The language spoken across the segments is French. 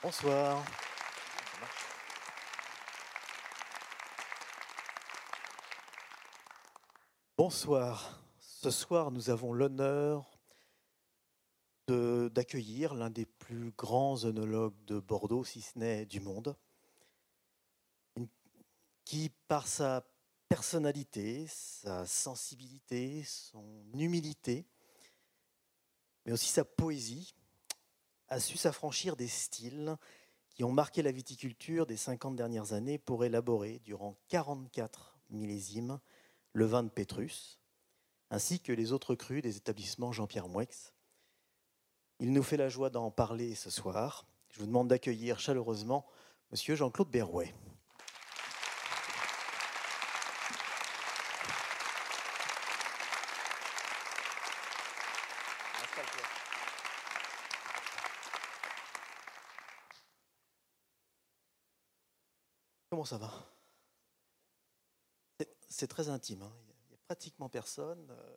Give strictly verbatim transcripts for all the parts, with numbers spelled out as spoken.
Bonsoir. Bonsoir. Ce soir, nous avons l'honneur de- d'accueillir l'un des plus grands œnologues de Bordeaux, si ce n'est du monde, Une- qui, par sa personnalité, sa sensibilité, son humilité, mais aussi sa poésie, a su s'affranchir des styles qui ont marqué la viticulture des cinquante dernières années pour élaborer, durant quarante-quatre millésimes, le vin de Pétrus, ainsi que les autres crus des établissements Jean-Pierre Moueix. Il nous fait la joie d'en parler ce soir. Je vous demande d'accueillir chaleureusement Monsieur Jean-Claude Berrouet. Comment ça va? C'est- C'est très intime, hein. Il n'y a pratiquement personne. Euh,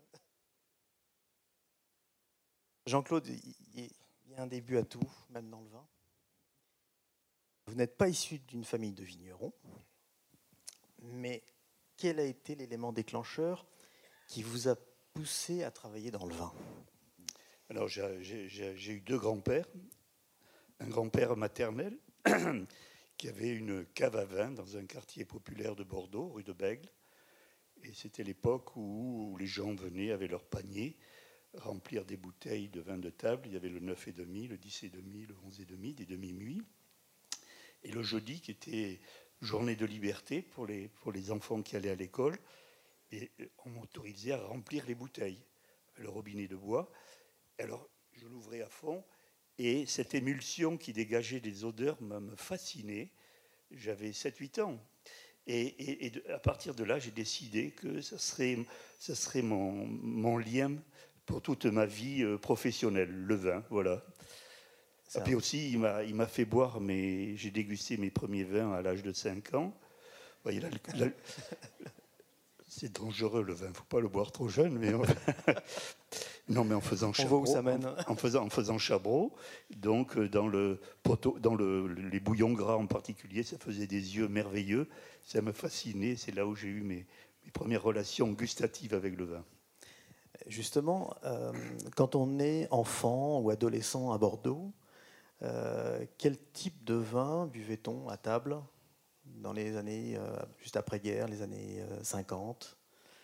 Jean-Claude, il il- il y a un début à tout, même dans le vin. Vous n'êtes pas issu d'une famille de vignerons, mais quel a été l'élément déclencheur qui vous a poussé à travailler dans le vin? Alors, j'ai, j'ai- j'ai- j'ai eu deux grands-pères. Un grand-père maternel qui avait une cave à vin dans un quartier populaire de Bordeaux, rue de Bègle. Et c'était l'époque où les gens venaient avec leur panier remplir des bouteilles de vin de table. Il y avait le neuf et demi, le dix et demi, le onze et demi, des demi-muits. Et le jeudi, qui était journée de liberté pour les, pour les enfants qui allaient à l'école, et on m'autorisait à remplir les bouteilles, le robinet de bois. Alors, je l'ouvrais à fond, et cette émulsion qui dégageait des odeurs me fascinait. J'avais sept huit ans. Et, et, et de, à partir de là, j'ai décidé que ça serait, ça serait mon, mon lien pour toute ma vie professionnelle, le vin, voilà. Et puis aussi, il m'a, il m'a fait boire, mes, j'ai dégusté mes premiers vins à l'âge de cinq ans. Vous voyez, là, là, c'est dangereux le vin, il ne faut pas le boire trop jeune, mais... Non, mais en faisant Chabrot, en, en, faisant, en faisant Chabrot, donc dans, le poteau, dans le, les bouillons gras en particulier, ça faisait des yeux merveilleux, ça me fascinait, c'est là où j'ai eu mes, mes premières relations gustatives avec le vin. Justement, euh, quand on est enfant ou adolescent à Bordeaux, euh, quel type de vin buvait-on à table dans les années euh, juste après-guerre, les années euh, cinquante?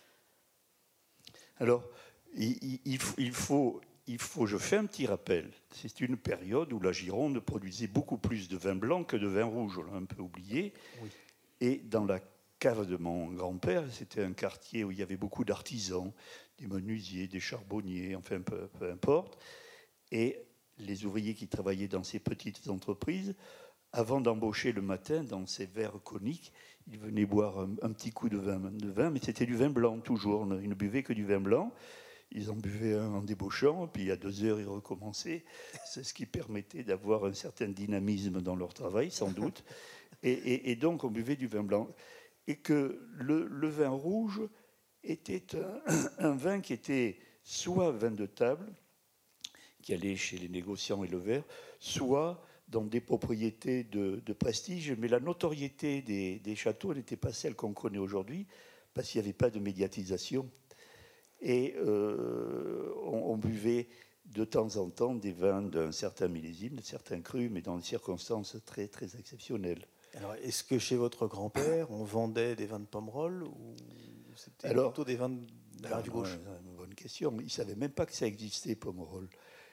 Alors, il, il, il, faut, il faut, je fais un petit rappel, c'est une période où la Gironde produisait beaucoup plus de vin blanc que de vin rouge, on l'a un peu oublié. Oui. Et dans la cave de mon grand-père, c'était un quartier où il y avait beaucoup d'artisans, des menuisiers, des charbonniers, enfin peu, peu importe. Et les ouvriers qui travaillaient dans ces petites entreprises, avant d'embaucher le matin dans ces verres coniques, ils venaient boire un, un petit coup de vin, de vin, mais c'était du vin blanc toujours. Ils ne buvaient que du vin blanc. Ils en buvaient un en débauchant, puis à deux heures, ils recommençaient. C'est ce qui permettait d'avoir un certain dynamisme dans leur travail, sans doute. Et, et, et donc, on buvait du vin blanc. Et que le, le vin rouge était un, un vin qui était soit vin de table, qui allait chez les négociants et le verre, soit dans des propriétés de, de prestige, mais la notoriété des, des châteaux n'était pas celle qu'on connaît aujourd'hui, parce qu'il n'y avait pas de médiatisation. Et euh, on, on buvait de temps en temps des vins d'un certain millésime, de certains crus, mais dans des circonstances très, très exceptionnelles. Alors, est-ce que chez votre grand-père, on vendait des vins de Pomerol ou c'était Alors, plutôt des vins de la rive gauche? C'est une bonne question. Il ne savait même pas que ça existait, Pomerol.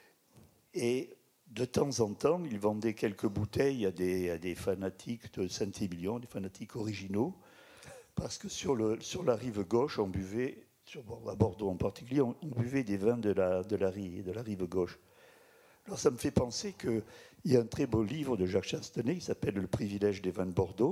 Et de temps en temps, il vendait quelques bouteilles à des, à des fanatiques de Saint-Émilion, des fanatiques originaux, parce que sur, le, sur la rive gauche, on buvait, sur, à Bordeaux en particulier, on, on buvait des vins de la, de, la, de la rive gauche. Alors ça me fait penser qu'il y a un très beau livre de Jacques Chastenay qui s'appelle « Le privilège des vins de Bordeaux ».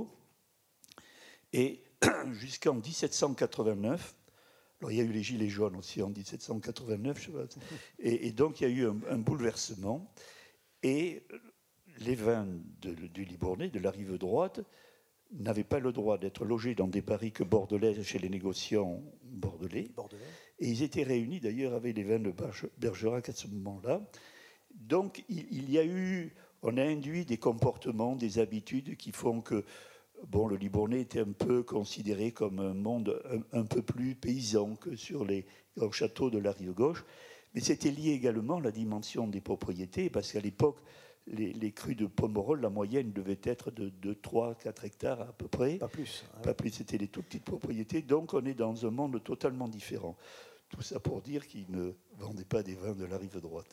Et jusqu'en dix-sept cent quatre-vingt-neuf, alors il y a eu les Gilets jaunes aussi en dix-sept cent quatre-vingt-neuf, je sais pas, et, et donc il y a eu un, un bouleversement. Et les vins de, du Libournais, de la rive droite, n'avaient pas le droit d'être logés dans des barriques bordelaises chez les négociants bordelais. Bordelais. Et ils étaient réunis d'ailleurs avec les vins de Bergerac à ce moment-là. Donc il, il y a eu, on a induit des comportements, des habitudes qui font que bon, le Libournais était un peu considéré comme un monde un, un peu plus paysan que sur les grands châteaux de la rive gauche. Mais c'était lié également à la dimension des propriétés, parce qu'à l'époque, les, les crues de Pomerol, la moyenne devait être de deux, trois, quatre hectares à peu près. Pas plus. Hein. Pas plus, c'était des toutes petites propriétés. Donc on est dans un monde totalement différent. Tout ça pour dire qu'ils ne vendaient pas des vins de la rive droite.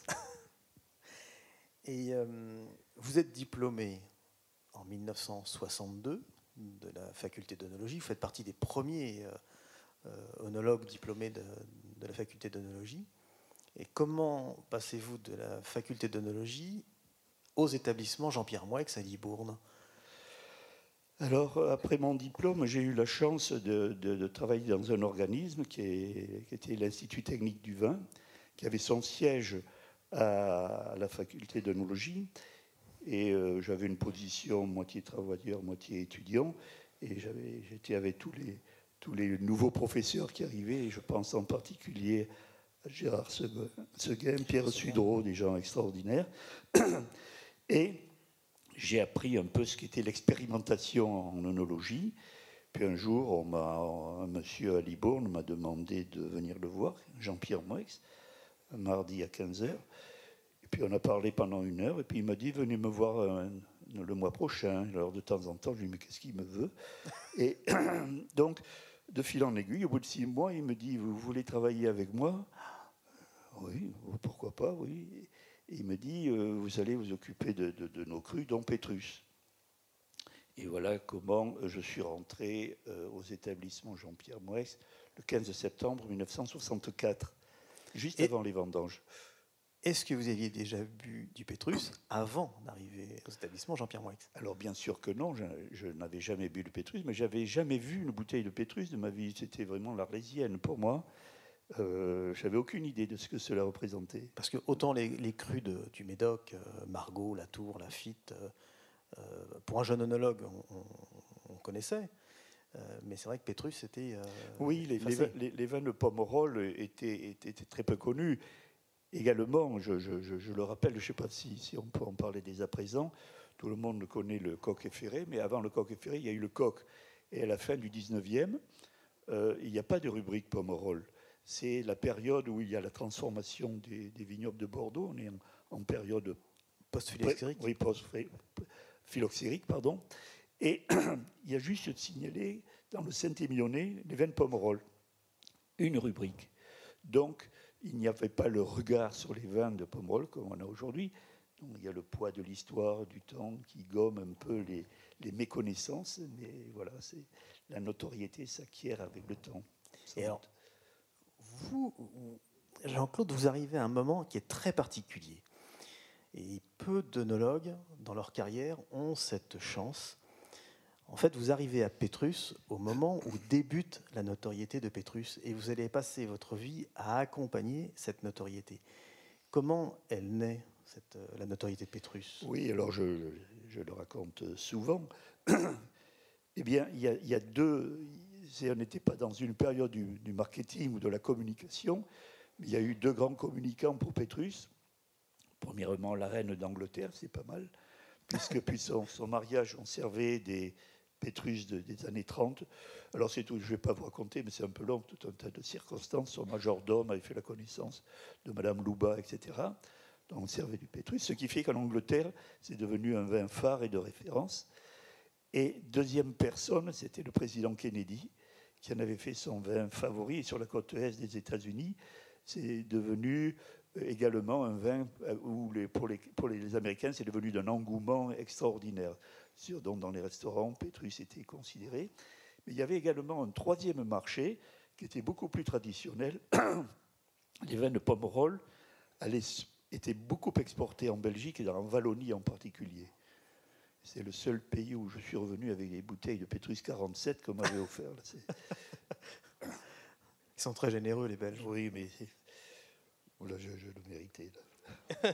Et euh, vous êtes diplômé en mille neuf cent soixante-deux de la faculté d'œnologie. Vous faites partie des premiers euh, euh, œnologues diplômés de, de la faculté d'œnologie. Et comment passez-vous de la faculté d'œnologie aux établissements Jean-Pierre Moix à Libourne? Alors, après mon diplôme, j'ai eu la chance de, de, de travailler dans un organisme qui, est, qui était l'Institut technique du vin, qui avait son siège à la faculté d'œnologie. Et euh, j'avais une position moitié travailleur, moitié étudiant. Et j'avais, j'étais avec tous les, tous les nouveaux professeurs qui arrivaient. Et je pense en particulier à Gérard Seguin, Pierre Sudreau, des gens extraordinaires. Et j'ai appris un peu ce qu'était l'expérimentation en œnologie. Puis un jour, on m'a, un monsieur à Libourne m'a demandé de venir le voir, Jean-Pierre Moix, un mardi à quinze heures. Et puis on a parlé pendant une heure, et puis il m'a dit, venez me voir un, le mois prochain. Alors de temps en temps, je lui ai dit, mais qu'est-ce qu'il me veut? Et donc, de fil en aiguille, au bout de six mois, il me dit, vous voulez travailler avec moi? Oui, pourquoi pas, oui. Et il me dit, euh, vous allez vous occuper de, de, de nos crus, dont Pétrus. Et voilà comment je suis rentré euh, aux établissements Jean-Pierre Moix le quinze septembre mille neuf cent soixante-quatre, juste Et avant les vendanges. Est-ce que vous aviez déjà bu du Pétrus avant d'arriver aux établissements Jean-Pierre Moix? Alors bien sûr que non, je, je n'avais jamais bu le Pétrus, mais j'avais jamais vu une bouteille de Pétrus de ma vie. C'était vraiment l'Arlésienne pour moi. Euh, j'avais aucune idée de ce que cela représentait. Parce que autant les, les crus de, du Médoc, euh, Margaux, Latour, Lafitte, euh, euh, pour un jeune œnologue, on, on, on connaissait. Euh, mais c'est vrai que Pétrus, c'était... Euh, oui, les, les, vins, les, les vins de Pomerol étaient, étaient, étaient très peu connus. Également, je, je, je, je le rappelle, je ne sais pas si, si on peut en parler dès à présent, tout le monde connaît le coq efferré, mais avant le coq efferré, il y a eu le coq. Et à la fin du dix-neuvième, euh, il n'y a pas de rubrique Pomerol. C'est la période où il y a la transformation des, des vignobles de Bordeaux. On est en, en période post-phylloxérique. Oui, post-phylloxérique, pardon. Et il y a juste de signaler dans le Saint-Émilionnais les vins de Pomerol. Une rubrique. Donc, il n'y avait pas le regard sur les vins de Pomerol comme on a aujourd'hui. Donc, il y a le poids de l'histoire, du temps, qui gomme un peu les, les méconnaissances. Mais voilà, c'est, la notoriété s'acquiert avec le temps. Et alors, vous, Jean-Claude, vous arrivez à un moment qui est très particulier. Et peu d'œnologues, dans leur carrière, ont cette chance. En fait, vous arrivez à Pétrus au moment où débute la notoriété de Pétrus, et vous allez passer votre vie à accompagner cette notoriété. Comment elle naît, cette, la notoriété de Pétrus? Oui, alors je, je le raconte souvent. Eh bien, il y a, il y a deux... On n'était pas dans une période du, du marketing ou de la communication, mais il y a eu deux grands communicants pour Pétrus. Premièrement, la reine d'Angleterre, c'est pas mal, puisque depuis son, son mariage, on servait des Pétrus de, des années trente. Alors c'est tout, je ne vais pas vous raconter, mais c'est un peu long, tout un tas de circonstances. Son majordome avait fait la connaissance de Madame Louba, et cetera. Donc on servait du Pétrus, ce qui fait qu'en Angleterre, c'est devenu un vin phare et de référence. Et deuxième personne, c'était le président Kennedy, qui en avait fait son vin favori. Et sur la côte est des États-Unis, c'est devenu également un vin où les, pour, les, pour les Américains, c'est devenu d'un engouement extraordinaire. Sur, donc dans les restaurants, Pétrus était considéré. Mais il y avait également un troisième marché qui était beaucoup plus traditionnel. Les vins de Pomerol étaient beaucoup exportés en Belgique et en Wallonie en particulier. C'est le seul pays où je suis revenu avec des bouteilles de Pétrus quarante-sept qu'on m'avait offert. Là, c'est... Ils sont très généreux, les Belges. Oui, mais là, je, je le méritais. Là.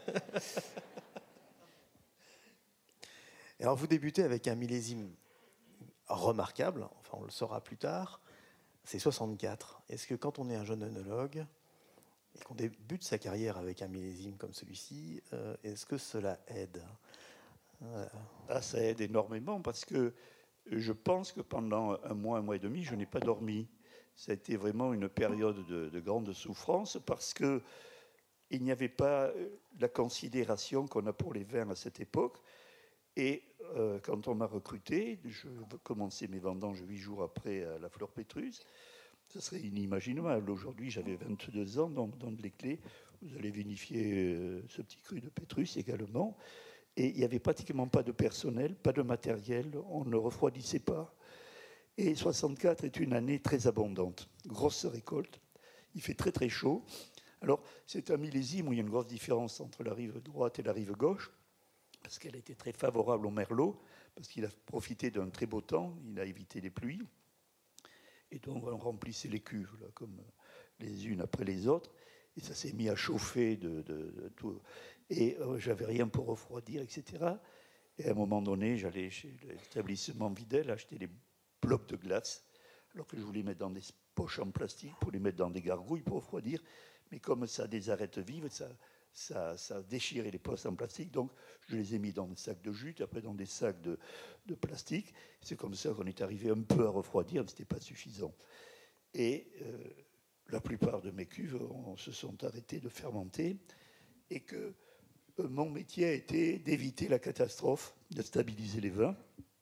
Alors, vous débutez avec un millésime remarquable, enfin, on le saura plus tard, c'est soixante-quatre. Est-ce que quand on est un jeune œnologue et qu'on débute sa carrière avec un millésime comme celui-ci, euh, est-ce que cela aide? Euh, Ah, ça aide énormément parce que je pense que pendant un mois, un mois et demi, je n'ai pas dormi. Ça a été vraiment une période de, de grande souffrance parce que il n'y avait pas la considération qu'on a pour les vins à cette époque. Et euh, quand on m'a recruté, je commençais mes vendanges huit jours après à la Fleur Pétrus. Ce serait inimaginable. Aujourd'hui, j'avais vingt-deux ans, donc dans les clés, vous allez vinifier euh, ce petit cru de Pétrus également. Et il n'y avait pratiquement pas de personnel, pas de matériel, on ne refroidissait pas. Et soixante-quatre est une année très abondante, grosse récolte. Il fait très très chaud. Alors, c'est un millésime où il y a une grosse différence entre la rive droite et la rive gauche, parce qu'elle a été très favorable au merlot, parce qu'il a profité d'un très beau temps, il a évité les pluies. Et donc, on remplissait les cuves, là, comme les unes après les autres. Et ça s'est mis à chauffer de, de, de tout. Et euh, j'avais rien pour refroidir, et cetera. Et à un moment donné, j'allais chez l'établissement Videl acheter des blocs de glace, alors que je voulais mettre dans des poches en plastique pour les mettre dans des gargouilles pour refroidir. Mais comme ça a des arêtes vives, ça, ça, ça a déchiré les poches en plastique. Donc, je les ai mis dans des sacs de jute, après dans des sacs de, de plastique. C'est comme ça qu'on est arrivé un peu à refroidir, mais ce n'était pas suffisant. Et euh, la plupart de mes cuves on, se sont arrêtées de fermenter et que euh, mon métier a été d'éviter la catastrophe, de stabiliser les vins.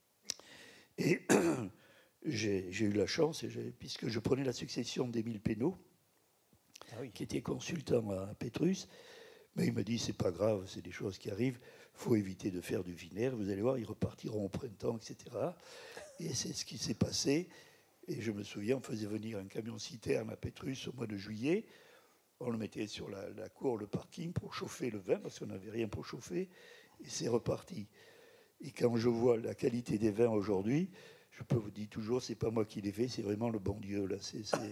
Et j'ai, j'ai eu la chance, et j'ai, puisque je prenais la succession d'Émile Pénaud, ah oui. qui était consultant à Pétrus, mais il me dit c'est pas grave, c'est des choses qui arrivent, il faut éviter de faire du vinaigre, vous allez voir, ils repartiront au printemps, et cetera. Et c'est ce qui s'est passé. Et je me souviens, on faisait venir un camion-citerne à Pétrus au mois de juillet. On le mettait sur la, la cour, le parking, pour chauffer le vin, parce qu'on n'avait rien pour chauffer. Et c'est reparti. Et quand je vois la qualité des vins aujourd'hui, je peux vous dire toujours, c'est pas moi qui les fais, c'est vraiment le bon Dieu. Là. C'est, c'est...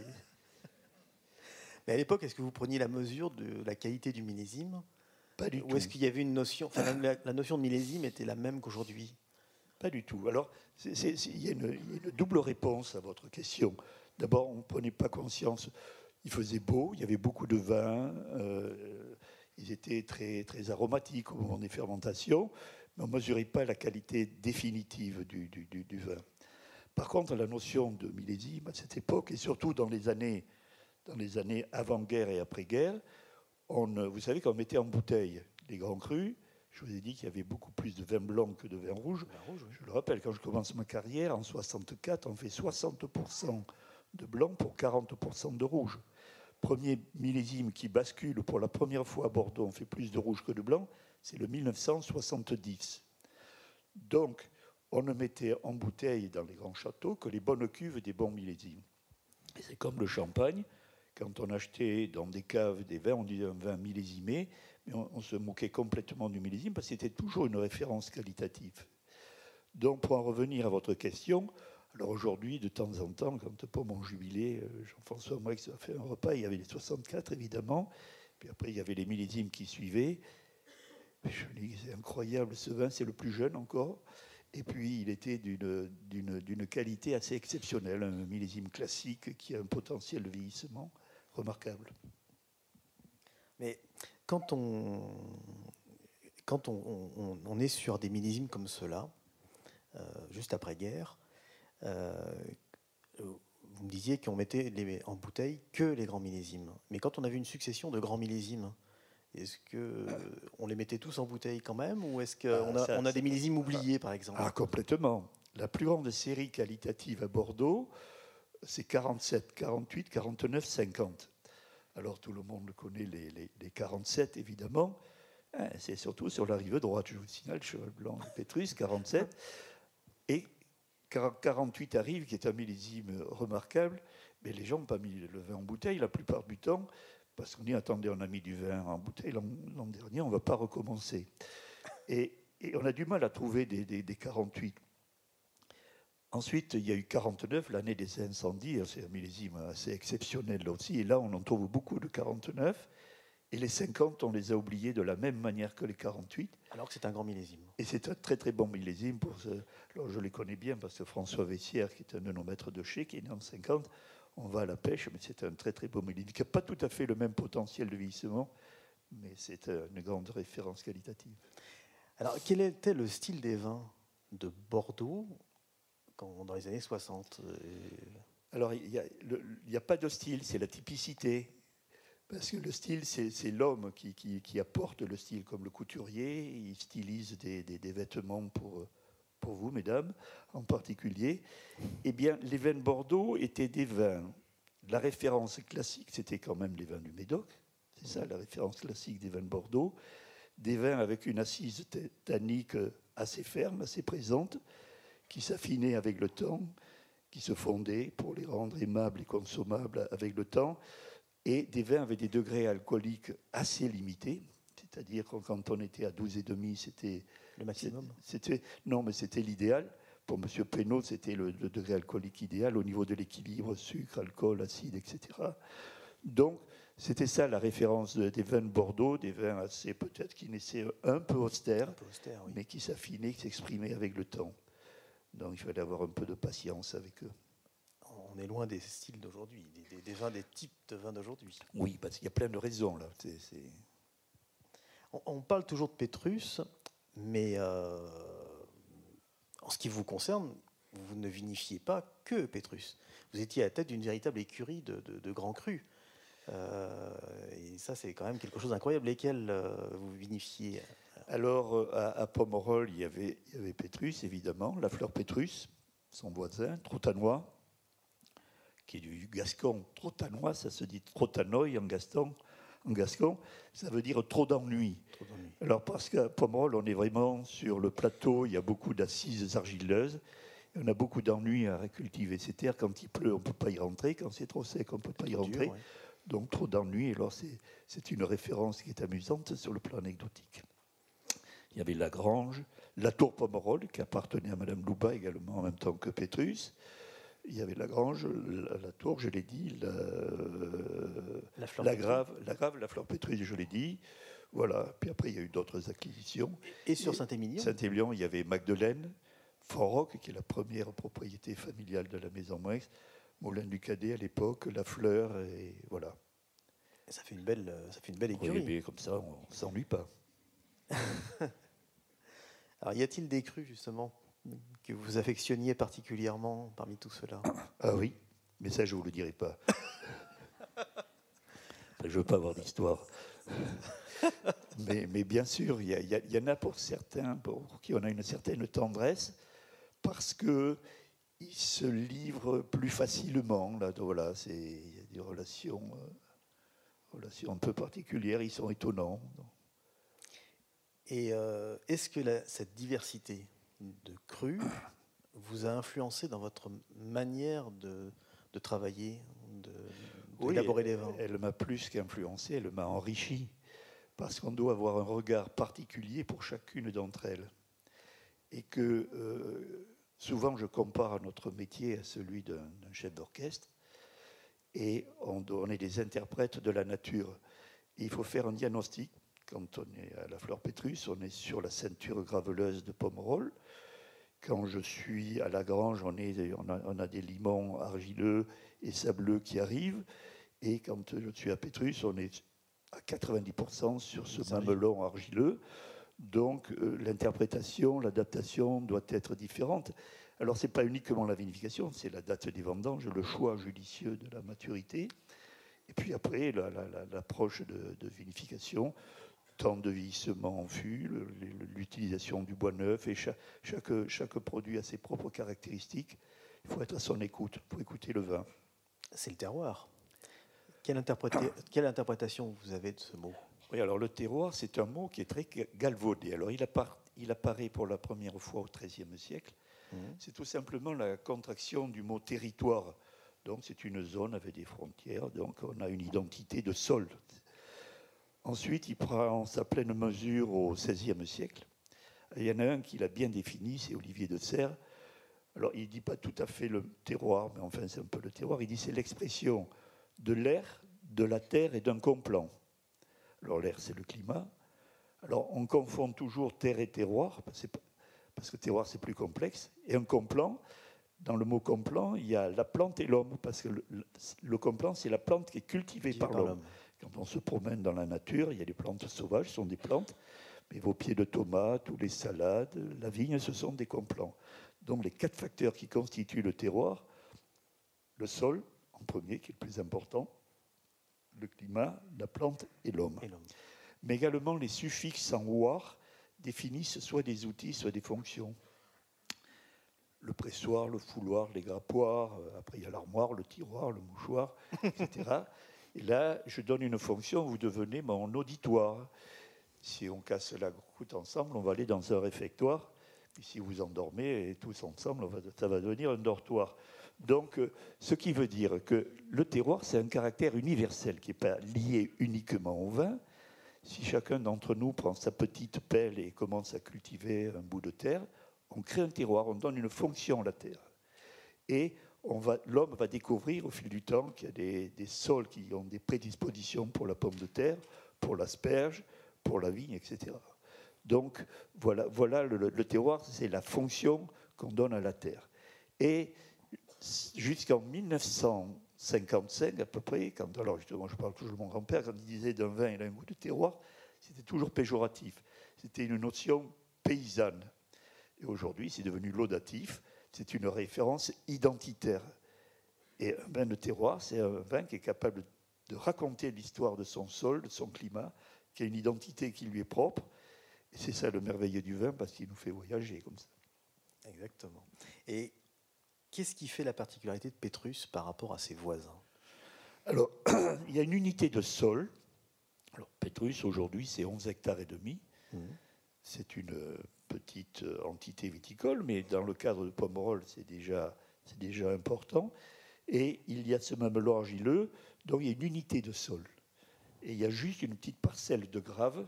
Mais à l'époque, est-ce que vous preniez la mesure de la qualité du millésime ? Pas du Ou tout. Ou est-ce qu'il y avait une notion, enfin, la, la notion de millésime était la même qu'aujourd'hui ? Pas du tout. Alors, c'est, c'est, c'est, il, y a une, il y a une double réponse à votre question. D'abord, on ne prenait pas conscience. Il faisait beau, il y avait beaucoup de vins, euh, ils étaient très, très aromatiques au moment des fermentations, mais on ne mesurait pas la qualité définitive du, du, du, du vin. Par contre, la notion de millésime à cette époque, et surtout dans les années, dans les années avant-guerre et après-guerre, on, vous savez qu'on mettait en bouteille les grands crus. Je vous ai dit qu'il y avait beaucoup plus de vin blanc que de vin rouge. rouge oui. Je le rappelle, quand je commence ma carrière, en soixante-quatre, on fait soixante pour cent de blanc pour quarante pour cent de rouge. Premier millésime qui bascule pour la première fois à Bordeaux, on fait plus de rouge que de blanc, c'est le mille neuf cent soixante-dix. Donc, on ne mettait en bouteille dans les grands châteaux que les bonnes cuves des bons millésimes. Et c'est comme le champagne. Quand on achetait dans des caves des vins, on disait un vin millésimé, mais on, on se moquait complètement du millésime parce que c'était toujours une référence qualitative. Donc, pour en revenir à votre question, alors aujourd'hui, de temps en temps, quand pour mon jubilé, Jean-François Moix a fait un repas, il y avait les soixante-quatre évidemment, puis après il y avait les millésimes qui suivaient. Je me dis, c'est incroyable ce vin, c'est le plus jeune encore. Et puis il était d'une, d'une, d'une qualité assez exceptionnelle, un millésime classique qui a un potentiel de vieillissement remarquable. Mais quand on, quand on, on, on est sur des millésimes comme ceux-là, euh, juste après-guerre, euh, vous me disiez qu'on mettait les, en bouteille que les grands millésimes. Mais quand on avait une succession de grands millésimes, est-ce qu'on les mettait tous en bouteille quand même, ou est-ce qu'on a, ah, on a des millésimes oubliés, par exemple ? Ah, complètement. La plus grande série qualitative à Bordeaux, c'est quarante-sept, quarante-huit, quarante-neuf, cinquante. Alors tout le monde connaît les, les, les quarante-sept, évidemment. Hein, c'est surtout sur la rive droite, je vous signale, cheval blanc de Pétrus, quarante-sept. Et quarante-huit arrive, qui est un millésime remarquable, mais les gens n'ont pas mis le vin en bouteille la plupart du temps, parce qu'on dit, attendez, on a mis du vin en bouteille l'an, l'an dernier, on ne va pas recommencer. Et, et on a du mal à trouver des, des, des quarante-huit. Ensuite, il y a eu quarante-neuf, l'année des incendies, c'est un millésime assez exceptionnel là aussi, et là, on en trouve beaucoup de quarante-neuf, et les cinquante, on les a oubliés de la même manière que les quarante-huit. Alors que c'est un grand millésime. Et c'est un très très bon millésime. Pour ce... Alors, je les connais bien parce que François Vessière, qui est un de nos maîtres de chai, qui est né en cinquante, on va à la pêche, mais c'est un très très beau millésime, qui n'a pas tout à fait le même potentiel de vieillissement, mais c'est une grande référence qualitative. Alors, quel était le style des vins de Bordeaux quand, dans les années soixante? Alors, il n'y a, a pas de style, c'est la typicité. Parce que le style, c'est, c'est l'homme qui, qui, qui apporte le style, comme le couturier. Il stylise des, des, des vêtements pour, pour vous, mesdames, en particulier. Eh bien, les vins de Bordeaux étaient des vins. La référence classique, c'était quand même les vins du Médoc. C'est ça, la référence classique des vins de Bordeaux. Des vins avec une assise tannique assez ferme, assez présente, qui s'affinaient avec le temps, qui se fondaient pour les rendre aimables et consommables avec le temps, et des vins avec des degrés alcooliques assez limités, c'est-à-dire que quand on était à douze virgule cinq, c'était... Le maximum c'était, Non, mais c'était l'idéal. Pour M. Pénaud, c'était le, le degré alcoolique idéal au niveau de l'équilibre sucre, alcool, acide, et cetera. Donc, c'était ça la référence des vins de Bordeaux, des vins assez peut-être qui naissaient un peu austères, un peu austère, oui. mais qui s'affinaient, qui s'exprimaient avec le temps. Donc il fallait avoir un peu de patience avec eux. On est loin des styles d'aujourd'hui, des, des, des vins, des types de vins d'aujourd'hui. Oui, parce qu'il y a plein de raisons là. C'est, c'est... On, on parle toujours de Pétrus, mais euh, en ce qui vous concerne, vous ne vinifiez pas que Pétrus. Vous étiez à la tête d'une véritable écurie de, de, de grands crus. Euh, et ça, c'est quand même quelque chose d'incroyable. Lesquels euh, vous vinifiez? Alors, à, à Pomerol, il y avait, il y avait Pétrus, évidemment, la fleur Pétrus, son voisin, Trotanois, qui est du gascon. Trotanois, ça se dit Trotanoï en gascon. En gascon, ça veut dire trop d'ennui. Trop d'ennui. Alors, parce qu'à Pomerol, on est vraiment sur le plateau, il y a beaucoup d'assises argileuses, et on a beaucoup d'ennuis à recultiver. Ces terres, quand il pleut, on ne peut pas y rentrer, quand c'est trop sec, on ne peut pas y rentrer. Dur, ouais. Donc, trop d'ennuis. Alors, c'est, c'est une référence qui est amusante sur le plan anecdotique. Il y avait la Grange, la tour Pomerol, qui appartenait à Madame Louba également en même temps que Pétrus. Il y avait la Grange, la, la tour, je l'ai dit, la, la, fleur la, grave, la grave, la fleur Pétrus, je l'ai dit. Voilà. Puis après, il y a eu d'autres acquisitions. Et sur Saint-Émilion Saint-Émilion, il y avait Magdeleine, Fort-Roc, qui est la première propriété familiale de la maison Moix, Moulin du Cadet à l'époque, La Fleur, et voilà. Et ça fait une belle, ça fait une belle écurie. Oui, comme ça, on ne s'ennuie pas. Alors, y a-t-il des crus, justement, que vous affectionniez particulièrement parmi tout cela? Ah oui, mais ça, je ne vous le dirai pas. Je ne veux pas avoir d'histoire. mais, mais bien sûr, il y, y, y en a pour certains pour qui on a une certaine tendresse, parce qu'ils se livrent plus facilement. Là, donc, voilà, c'est, il y a des relations, euh, relations un peu particulières, ils sont étonnants. Donc. Et euh, est-ce que la, cette diversité de crus vous a influencé dans votre manière de, de travailler, de, oui, d'élaborer les vins? Elle m'a plus qu'influencé, elle m'a enrichi, parce qu'on doit avoir un regard particulier pour chacune d'entre elles. Et que euh, souvent je compare notre métier à celui d'un, d'un chef d'orchestre, et on, on est des interprètes de la nature. Et il faut faire un diagnostic. Quand on est à la fleur Pétrus, on est sur la ceinture graveleuse de Pomerol. Quand je suis à la Grange, on, est, on, a, on a des limons argileux et sableux qui arrivent. Et quand je suis à Pétrus, on est à quatre-vingt-dix pour cent sur ce mamelon argileux. Donc euh, l'interprétation, l'adaptation doit être différente. Alors ce n'est pas uniquement la vinification, c'est la date des vendanges, le choix judicieux de la maturité. Et puis après, la, la, la, l'approche de, de vinification, temps de vieillissement en fût, l'utilisation du bois neuf, et chaque, chaque, chaque produit a ses propres caractéristiques. Il faut être à son écoute pour écouter le vin. C'est le terroir. Quelle, quelle interprétation vous avez de ce mot? Oui, alors le terroir, c'est un mot qui est très galvaudé. Alors il, appara, il apparaît pour la première fois au treizième siècle. Mmh. C'est tout simplement la contraction du mot territoire. Donc c'est une zone avec des frontières, donc on a une identité de sol. Ensuite, il prend sa pleine mesure au seizième siècle. Il y en a un qui l'a bien défini, c'est Olivier de Serres. Alors, il ne dit pas tout à fait le terroir, mais enfin, c'est un peu le terroir. Il dit que c'est l'expression de l'air, de la terre et d'un complan. Alors, l'air, c'est le climat. Alors, on confond toujours terre et terroir, parce que terroir, c'est plus complexe. Et un complan, dans le mot complan, il y a la plante et l'homme, parce que le, le complan, c'est la plante qui est cultivée par, par l'homme. Quand on se promène dans la nature, il y a des plantes sauvages, ce sont des plantes, Mais vos pieds de tomates ou les salades, la vigne, ce sont des complants. Donc les quatre facteurs qui constituent le terroir, le sol, en premier, qui est le plus important, le climat, la plante et l'homme. Et l'homme. Mais également les suffixes en oir définissent soit des outils, soit des fonctions. Le pressoir, le fouloir, les grappoirs, après il y a l'armoire, le tiroir, le mouchoir, et cetera. Et là, je donne une fonction, vous devenez mon auditoire. Si on casse la croûte ensemble, on va aller dans un réfectoire. Puis si vous endormez et tous ensemble, on va, ça va devenir un dortoir. Donc, ce qui veut dire que le terroir, c'est un caractère universel qui n'est pas lié uniquement au vin. Si chacun d'entre nous prend sa petite pelle et commence à cultiver un bout de terre, on crée un terroir, on donne une fonction à la terre. Et on va, l'homme va découvrir au fil du temps qu'il y a des, des sols qui ont des prédispositions pour la pomme de terre, pour l'asperge, pour la vigne, et cetera. Donc, voilà, voilà le, le terroir, c'est la fonction qu'on donne à la terre. Et jusqu'en mille neuf cent cinquante-cinq, à peu près, quand, alors justement, je parle toujours de mon grand-père, quand il disait d'un vin, il a un goût de terroir, c'était toujours péjoratif. C'était une notion paysanne. Et aujourd'hui, c'est devenu laudatif. C'est une référence identitaire. Et un vin de terroir, c'est un vin qui est capable de raconter l'histoire de son sol, de son climat, qui a une identité qui lui est propre. Et c'est ça le merveilleux du vin, parce qu'il nous fait voyager comme ça. Exactement. Et qu'est-ce qui fait la particularité de Pétrus par rapport à ses voisins ? Alors, il y a une unité de sol. Alors, Pétrus, aujourd'hui, c'est onze hectares et demi. Mmh. C'est une petite entité viticole, mais dans le cadre de Pomerol, c'est déjà, c'est déjà important. Et il y a ce mamelon argileux, donc il y a une unité de sol. Et il y a juste une petite parcelle de grave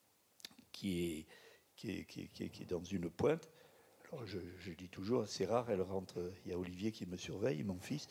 qui est, qui est, qui est, qui est, qui est dans une pointe. Alors je, je dis toujours, c'est rare, elle rentre. Il y a Olivier qui me surveille, mon fils.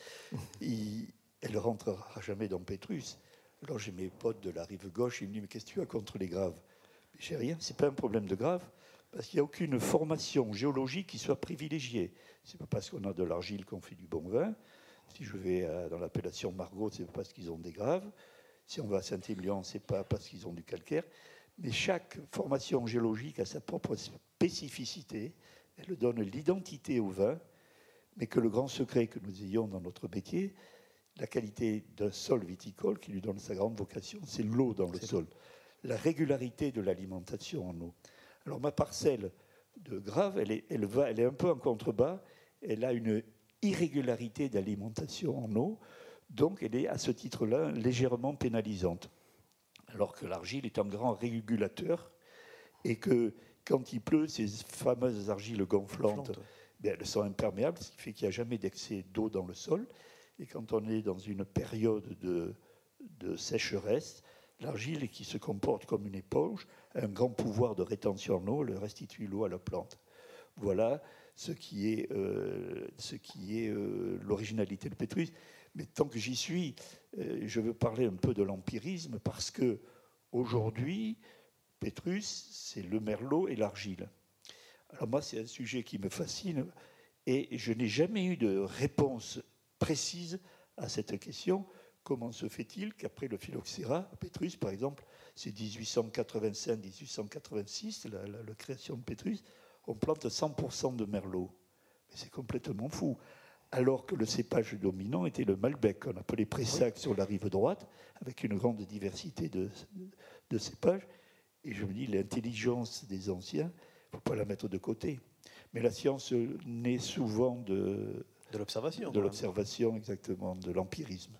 Il, elle ne rentrera jamais dans Pétrus. Alors j'ai mes potes de la rive gauche, ils me disent, mais qu'est-ce que tu as contre les graves ? J'ai rien, ce n'est pas un problème de grave, parce qu'il n'y a aucune formation géologique qui soit privilégiée. Ce n'est pas parce qu'on a de l'argile qu'on fait du bon vin. Si je vais à, dans l'appellation Margaux, ce n'est pas parce qu'ils ont des graves. Si on va à Saint-Émilion, ce n'est pas parce qu'ils ont du calcaire. Mais chaque formation géologique a sa propre spécificité. Elle donne l'identité au vin, mais que le grand secret que nous ayons dans notre métier, la qualité d'un sol viticole qui lui donne sa grande vocation, c'est l'eau dans le c'est sol. La régularité de l'alimentation en eau. Alors ma parcelle de Grave, elle est, elle va, elle est un peu en contrebas, elle a une irrégularité d'alimentation en eau, donc elle est à ce titre-là légèrement pénalisante. Alors que l'argile est un grand régulateur et que quand il pleut, ces fameuses argiles gonflantes, Gonflante, ouais. ben, elles sont imperméables, ce qui fait qu'il n'y a jamais d'excès d'eau dans le sol. Et quand on est dans une période de, de sécheresse, l'argile, qui se comporte comme une éponge, a un grand pouvoir de rétention en eau, elle restitue l'eau à la plante. Voilà ce qui est, euh, ce qui est euh, l'originalité de Pétrus. Mais tant que j'y suis, euh, je veux parler un peu de l'empirisme, parce que aujourd'hui, Pétrus, c'est le merlot et l'argile. Alors moi, c'est un sujet qui me fascine, et je n'ai jamais eu de réponse précise à cette question. Comment se fait-il qu'après le phylloxéra, Pétrus, par exemple, c'est dix-huit cent quatre-vingt-cinq dix-huit cent quatre-vingt-six, la, la, la création de Pétrus, on plante cent pour cent de merlot. Mais c'est complètement fou. Alors que le cépage dominant était le Malbec, qu'on appelait Pressac sur la rive droite, avec une grande diversité de, de cépages. Et je me dis, l'intelligence des anciens, il ne faut pas la mettre de côté. Mais la science naît souvent de, de l'observation. De l'observation, exactement, de l'empirisme.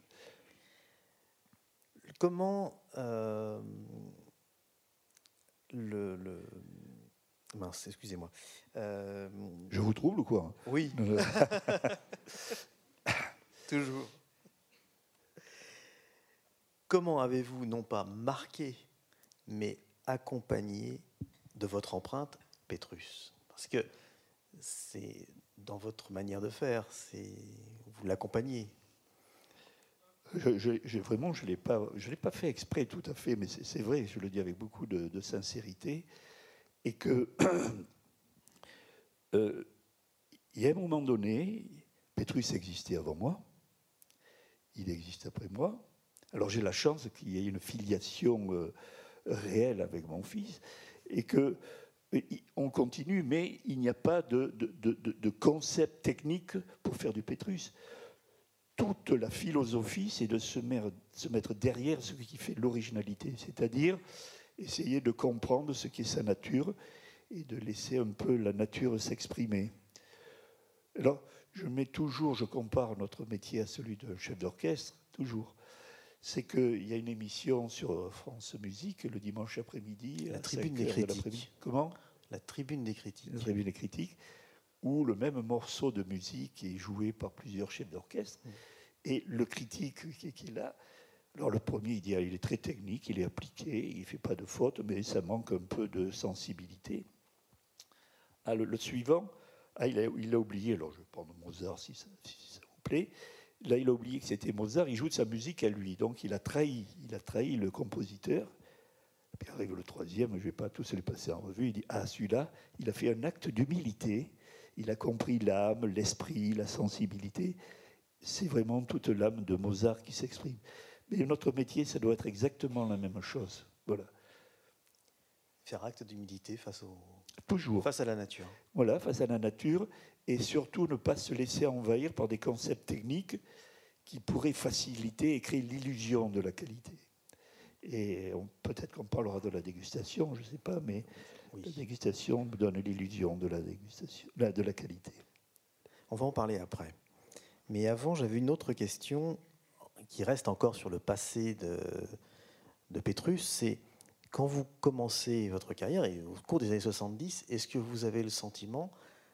Comment euh, le, le... Mince, excusez-moi. Euh... Je vous trouble ou quoi ? Oui. Toujours. Comment avez-vous, non pas marqué, mais accompagné de votre empreinte Pétrus ? Parce que c'est dans votre manière de faire, c'est vous l'accompagnez. Je, je, je, vraiment, je ne l'ai pas, je l'ai pas fait exprès tout à fait, mais c'est, c'est vrai, je le dis avec beaucoup de, de sincérité, et que euh, il y a un moment donné, Pétrus existait avant moi, il existe après moi. Alors j'ai la chance qu'il y ait une filiation euh, réelle avec mon fils, et que on continue, mais il n'y a pas de, de, de, de concept technique pour faire du Pétrus. Toute la philosophie, c'est de se mettre, se mettre derrière ce qui fait l'originalité, c'est-à-dire essayer de comprendre ce qui est sa nature et de laisser un peu la nature s'exprimer. Alors, je mets toujours, je compare notre métier à celui d'un chef d'orchestre, toujours. C'est qu'il y a une émission sur France Musique le dimanche après-midi. La tribune des critiques. Comment ? La tribune des critiques. La tribune des critiques, où le même morceau de musique est joué par plusieurs chefs d'orchestre. Mmh. Et le critique qui est là, alors le premier, il dit, ah, il est très technique, il est appliqué, il ne fait pas de faute, mais ça manque un peu de sensibilité. Ah, le, le suivant, ah, il, a, il a oublié, alors je vais prendre Mozart si ça, si ça vous plaît. Là, il a oublié que c'était Mozart, il joue de sa musique à lui, donc il a trahi, il a trahi le compositeur. Puis arrive le troisième, je ne vais pas tous les passer en revue, il dit, ah, celui-là, il a fait un acte d'humilité, il a compris l'âme, l'esprit, la sensibilité. C'est vraiment toute l'âme de Mozart qui s'exprime. Mais notre métier, ça doit être exactement la même chose. Voilà. Faire acte d'humilité face, au... Toujours. face à la nature. Voilà, face à la nature, et surtout ne pas se laisser envahir par des concepts techniques qui pourraient faciliter et créer l'illusion de la qualité. Et on, peut-être qu'on parlera de la dégustation, je ne sais pas, mais oui. La dégustation donne l'illusion de la dégustation, de la qualité. On va en parler après. Mais avant, j'avais une autre question qui reste encore sur le passé de, de Pétrus. C'est quand vous commencez votre carrière, et au cours des années soixante-dix, est-ce que vous avez le sentiment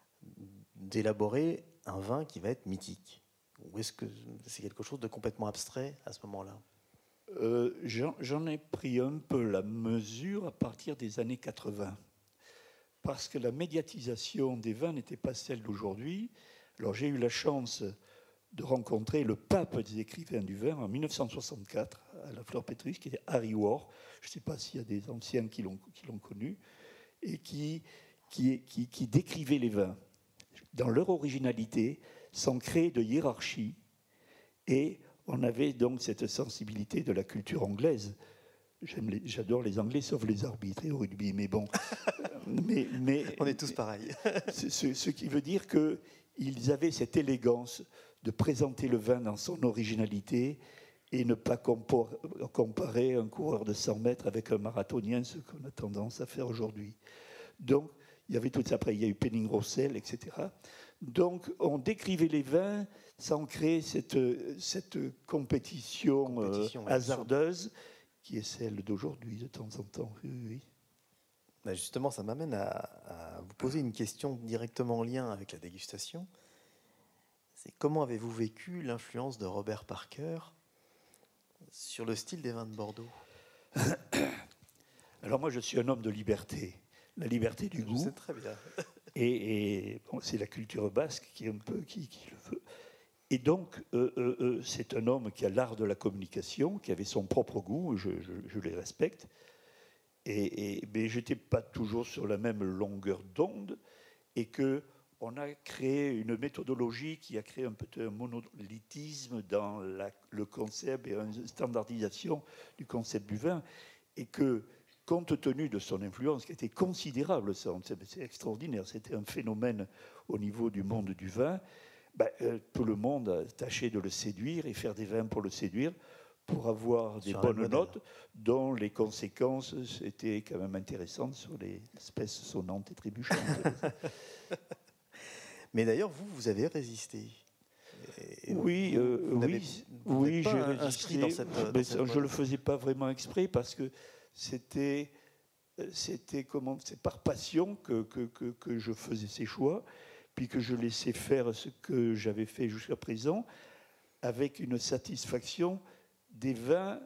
d'élaborer un vin qui va être mythique ? Ou est-ce que c'est quelque chose de complètement abstrait à ce moment-là ? euh, j'en, j'en ai pris un peu la mesure à partir des années quatre-vingts. Parce que la médiatisation des vins n'était pas celle d'aujourd'hui. Alors j'ai eu la chance de rencontrer le pape des écrivains du vin en dix-neuf cent soixante-quatre à la Fleur Pétrus, qui était Harry Worth. Je ne sais pas s'il y a des anciens qui l'ont, qui l'ont connu, et qui, qui, qui, qui décrivait les vins dans leur originalité, sans créer de hiérarchie. Et on avait donc cette sensibilité de la culture anglaise. J'aime les, j'adore les Anglais, sauf les arbitres et au rugby, mais bon. mais, mais, on est tous pareils. ce, ce, ce qui veut dire qu'ils avaient cette élégance de présenter le vin dans son originalité et ne pas comparer un coureur de cent mètres avec un marathonien, ce qu'on a tendance à faire aujourd'hui. Donc, il y avait tout ça. Après, il y a eu Penning-Rossel, et cetera. Donc, on décrivait les vins sans créer cette, cette compétition, compétition euh, hasardeuse qui est celle d'aujourd'hui, de temps en temps. Oui, oui. Ben justement, ça m'amène à, à vous poser une question directement en lien avec la dégustation. C'est comment avez-vous vécu l'influence de Robert Parker sur le style des vins de Bordeaux ? Alors moi, je suis un homme de liberté. La liberté du je goût. sais très bien. et et bon, c'est la culture basque qui, est un peu, qui, qui le veut. Et donc, euh, euh, c'est un homme qui a l'art de la communication, qui avait son propre goût, je, je, je les respecte. Et, et, mais je n'étais pas toujours sur la même longueur d'onde, et qu'on a créé une méthodologie qui a créé un peu un monolithisme dans la, le concept et une standardisation du concept du vin, et que, compte tenu de son influence, qui était considérable, c'est extraordinaire, c'était un phénomène au niveau du monde du vin, ben, euh, tout le monde a tâché de le séduire et faire des vins pour le séduire, pour avoir des bonnes notes, dont les conséquences étaient quand même intéressantes sur les espèces sonnantes et trébuchantes. Mais d'ailleurs, vous, vous avez résisté. Et oui, vous, euh, vous oui, vous oui j'ai résisté. Dans cette, dans mais cette je ne le faisais pas vraiment exprès parce que c'était, c'était comment, c'est par passion que, que, que, que je faisais ces choix, puis que je laissais faire ce que j'avais fait jusqu'à présent, avec une satisfaction des vins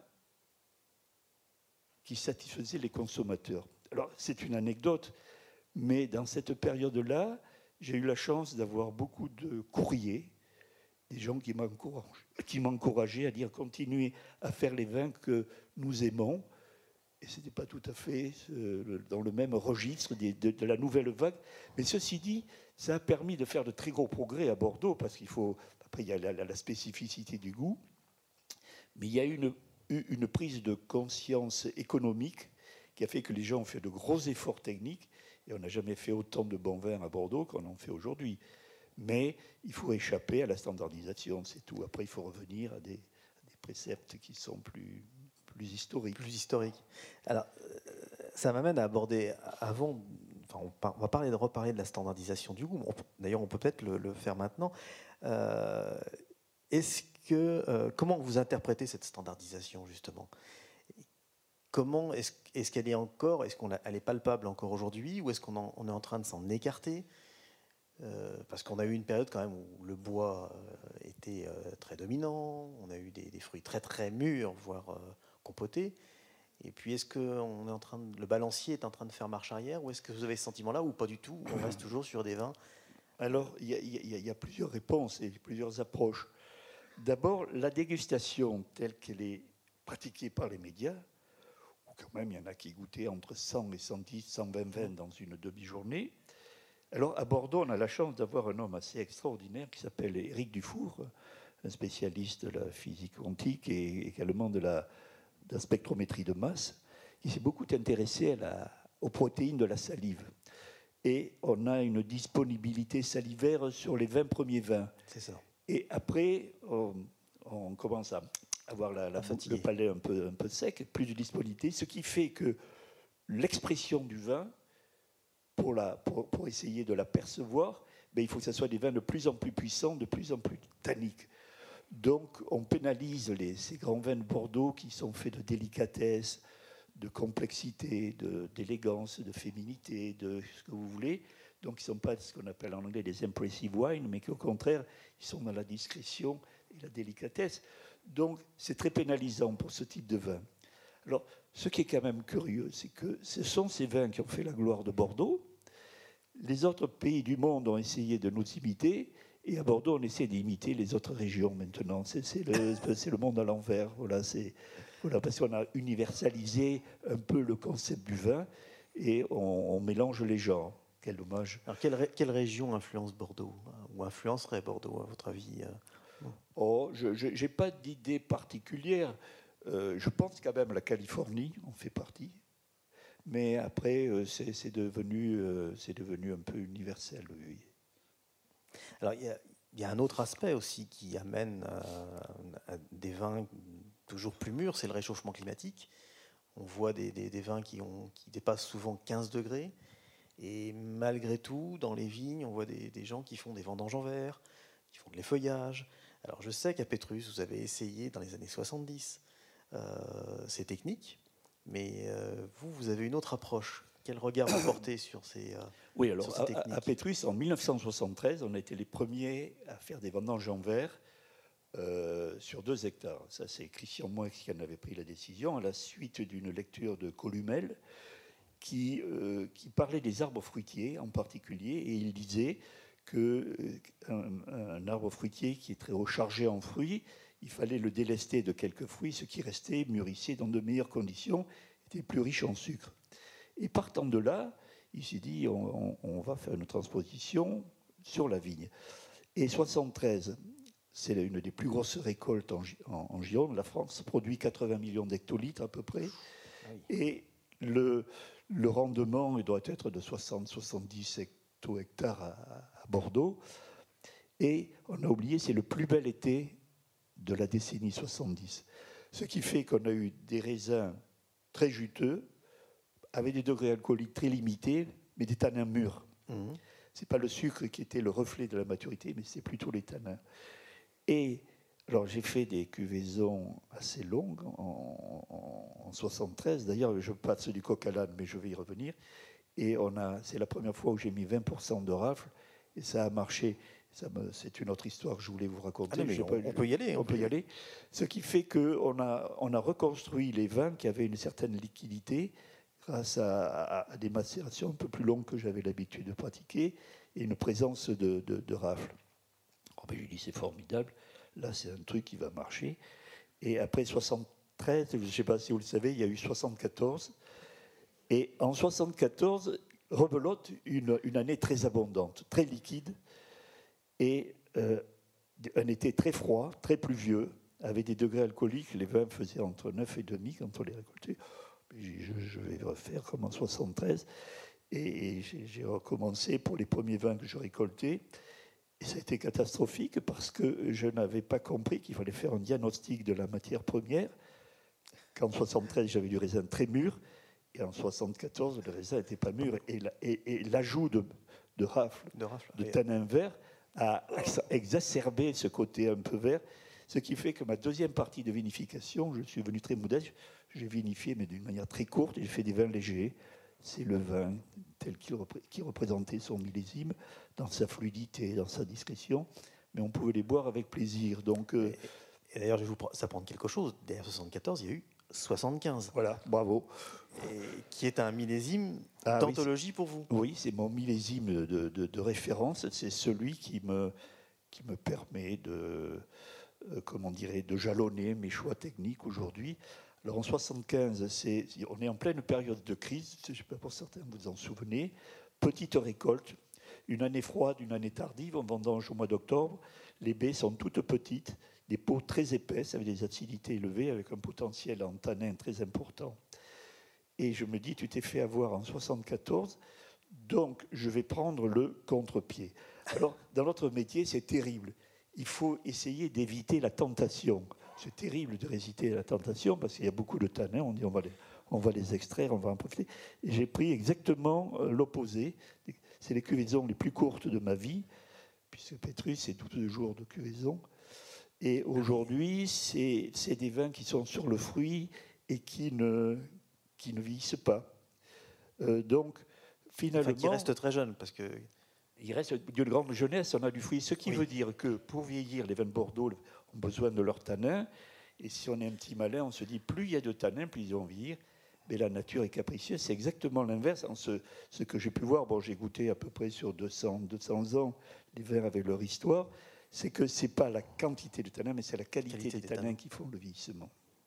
qui satisfaisaient les consommateurs. Alors, c'est une anecdote, mais dans cette période-là, j'ai eu la chance d'avoir beaucoup de courriers, des gens qui m'encourageaient, qui m'encourageaient à dire continuez à faire les vins que nous aimons. Et ce n'était pas tout à fait dans le même registre de, de, de la nouvelle vague. Mais ceci dit, ça a permis de faire de très gros progrès à Bordeaux, parce qu'il faut... Après, il y a la, la spécificité du goût, mais il y a eu une, une prise de conscience économique qui a fait que les gens ont fait de gros efforts techniques, et on n'a jamais fait autant de bons vins à Bordeaux qu'on en fait aujourd'hui. Mais il faut échapper à la standardisation, c'est tout. Après, il faut revenir à des, à des préceptes qui sont plus, plus historiques. Plus historiques. Alors, ça m'amène à aborder, avant, enfin, on, par, on va parler de reparler de la standardisation du goût. On, d'ailleurs, on peut peut-être le, le faire maintenant. Euh, est-ce que, euh, comment vous interprétez cette standardisation, justement ? Comment est-ce, est-ce qu'elle est encore, est-ce qu'elle est palpable encore aujourd'hui, ou est-ce qu'on en, on est en train de s'en écarter ? Euh, parce qu'on a eu une période quand même où le bois euh, était euh, très dominant, on a eu des, des fruits très très mûrs, voire euh, compotés. Et puis est-ce que on est en train de, le balancier est en train de faire marche arrière, ou est-ce que vous avez ce sentiment-là, ou pas du tout, on reste toujours sur des vins ? Alors, il y, y, y a plusieurs réponses et plusieurs approches. D'abord, la dégustation telle qu'elle est pratiquée par les médias, où quand même il y en a qui goûtaient entre cent et cent dix, cent vingt vins dans une demi-journée. Alors, à Bordeaux, on a la chance d'avoir un homme assez extraordinaire qui s'appelle Éric Dufour, un spécialiste de la physique quantique et également de la, de la spectrométrie de masse, qui s'est beaucoup intéressé à la, aux protéines de la salive. Et on a une disponibilité salivaire sur les vingt premiers vins. C'est ça. Et après, on, on commence à avoir la, la boucle, le palais un peu, un peu sec, plus de disponibilité, ce qui fait que l'expression du vin, Pour, la, pour, pour essayer de la percevoir, ben, il faut que ce soit des vins de plus en plus puissants, de plus en plus tanniques. Donc, on pénalise les, ces grands vins de Bordeaux qui sont faits de délicatesse, de complexité, de, d'élégance, de féminité, de ce que vous voulez. Donc, ils ne sont pas ce qu'on appelle en anglais des impressive wines, mais qu'au contraire, ils sont dans la discrétion et la délicatesse. Donc, c'est très pénalisant pour ce type de vin. Alors, ce qui est quand même curieux, c'est que ce sont ces vins qui ont fait la gloire de Bordeaux. Les autres pays du monde ont essayé de nous imiter, et à Bordeaux, on essaie d'imiter les autres régions maintenant. C'est, c'est, le, c'est le monde à l'envers. Voilà, c'est, voilà, parce qu'on a universalisé un peu le concept du vin, et on, on mélange les genres. Quel dommage. Alors, quelle, quelle région influence Bordeaux, ou influencerait Bordeaux, à votre avis ? Oh, je n'ai pas d'idée particulière. Euh, je pense quand même la Californie en fait partie, mais après euh, c'est, c'est, devenu, euh, c'est devenu un peu universel. Oui. Alors il y, y a un autre aspect aussi qui amène euh, à des vins toujours plus mûrs, c'est le réchauffement climatique. On voit des, des, des vins qui, ont, qui dépassent souvent quinze degrés, et malgré tout, dans les vignes, on voit des, des gens qui font des vendanges en verre, qui font de l'effeuillage. Alors je sais qu'à Pétrus, vous avez essayé dans les années soixante-dix Euh, ces techniques, mais euh, vous, vous avez une autre approche. Quel regard vous portez sur ces, euh, oui, alors, sur ces techniques ? à, à Pétrus, en dix-neuf cent soixante-treize, on a été les premiers à faire des vendanges en verre euh, sur deux hectares. Ça, c'est Christian Moix qui en avait pris la décision à la suite d'une lecture de Columel qui, euh, qui parlait des arbres fruitiers en particulier, et il disait qu'un euh, un arbre fruitier qui est très rechargé en fruits, il fallait le délester de quelques fruits, ce qui restait mûrissait dans de meilleures conditions, était plus riche en sucre. Et partant de là, il s'est dit, on, on, on va faire une transposition sur la vigne. Et soixante-treize, c'est une des plus grosses récoltes en, en, en Gironde. La France produit quatre-vingts millions d'hectolitres à peu près. Et le, le rendement il doit être de soixante à soixante-dix hecto-hectares à, à Bordeaux. Et on a oublié, c'est le plus bel été de la décennie soixante-dix. Ce qui fait qu'on a eu des raisins très juteux, avec des degrés alcooliques très limités, mais des tanins mûrs. Mmh. Ce n'est pas le sucre qui était le reflet de la maturité, mais c'est plutôt les tanins. Et alors j'ai fait des cuvaisons assez longues en, en, en soixante-treize. D'ailleurs, je passe du coq à l'âne, mais je vais y revenir. Et on a, c'est la première fois où j'ai mis vingt pour cent de rafle, et ça a marché. Ça me, c'est une autre histoire que je voulais vous raconter. Ah non, mais on, pas, on peut y aller. On, on peut y aller. Ce qui fait qu'on a, on a reconstruit les vins qui avaient une certaine liquidité grâce à, à, à des macérations un peu plus longues que j'avais l'habitude de pratiquer et une présence de, de, de rafle. Oh ben, je dis c'est formidable. Là, c'est un truc qui va marcher. Et après soixante-treize, je ne sais pas si vous le savez, il y a eu soixante-quatorze. Et en soixante-quatorze, rebelote une, une année très abondante, très liquide. Et euh, un été très froid, très pluvieux, avec des degrés alcooliques. Les vins faisaient entre neuf et demi quand on les récoltait. je, je vais refaire comme en soixante-treize. Et, et j'ai, j'ai recommencé pour les premiers vins que je récoltais. Et ça a été catastrophique parce que je n'avais pas compris qu'il fallait faire un diagnostic de la matière première. Qu'en soixante-treize, j'avais du raisin très mûr. Et en soixante-quatorze, le raisin n'était pas mûr. Et, la, et, et l'ajout de, de rafle, de, rafle, de tanin vert, a exacerbé ce côté un peu vert. Ce qui fait que ma deuxième partie de vinification, je suis venu très modeste. J'ai vinifié, mais d'une manière très courte. Et j'ai fait des vins légers. C'est le vin tel qu'il repré- qui représentait son millésime, dans sa fluidité, dans sa discrétion. Mais on pouvait les boire avec plaisir. Donc, euh, et, et d'ailleurs, je vais vous s'apprendre quelque chose. Derrière soixante-quatorze, il y a eu soixante-quinze. Voilà, bravo. Et qui est un millésime ah, d'anthologie oui, pour vous. Oui, c'est mon millésime de, de, de référence. C'est celui qui me, qui me permet de, euh, comment dirait, de jalonner mes choix techniques aujourd'hui. Alors en soixante-quinze, c'est, on est en pleine période de crise, je ne sais pas pour certains vous vous en souvenez, petite récolte, une année froide, une année tardive, on vendange au mois d'octobre, les baies sont toutes petites, des peaux très épaisses avec des acidités élevées, avec un potentiel en tanin très important. Et je me dis, tu t'es fait avoir en soixante-quatorze, donc je vais prendre le contre-pied. Alors dans notre métier, c'est terrible, il faut essayer d'éviter la tentation. C'est terrible de résister à la tentation parce qu'il y a beaucoup de tanins. On dit on va les, on va les extraire, on va en profiter. Et j'ai pris exactement l'opposé. C'est les cuvaisons les plus courtes de ma vie, puisque Pétrus, c'est douze jours de cuvaison. Et aujourd'hui, c'est, c'est des vins qui sont sur le fruit et qui ne, qui ne vieillissent pas. Euh, donc, finalement... Enfin, qui restent très jeunes, parce que... Il reste d'une grande jeunesse, on a du fruit. Ce qui oui. veut dire que pour vieillir, les vins de Bordeaux ont besoin de leur tanin. Et si on est un petit malin, on se dit plus il y a de tanin, plus ils vont vieillir. Mais la nature est capricieuse. C'est exactement l'inverse. En ce, ce que j'ai pu voir, bon, j'ai goûté à peu près sur deux cents, deux cents ans les vins avec leur histoire. C'est que ce n'est pas la quantité de tanin, mais c'est la qualité, qualité des, des tanins, tanins qui font le vieillissement.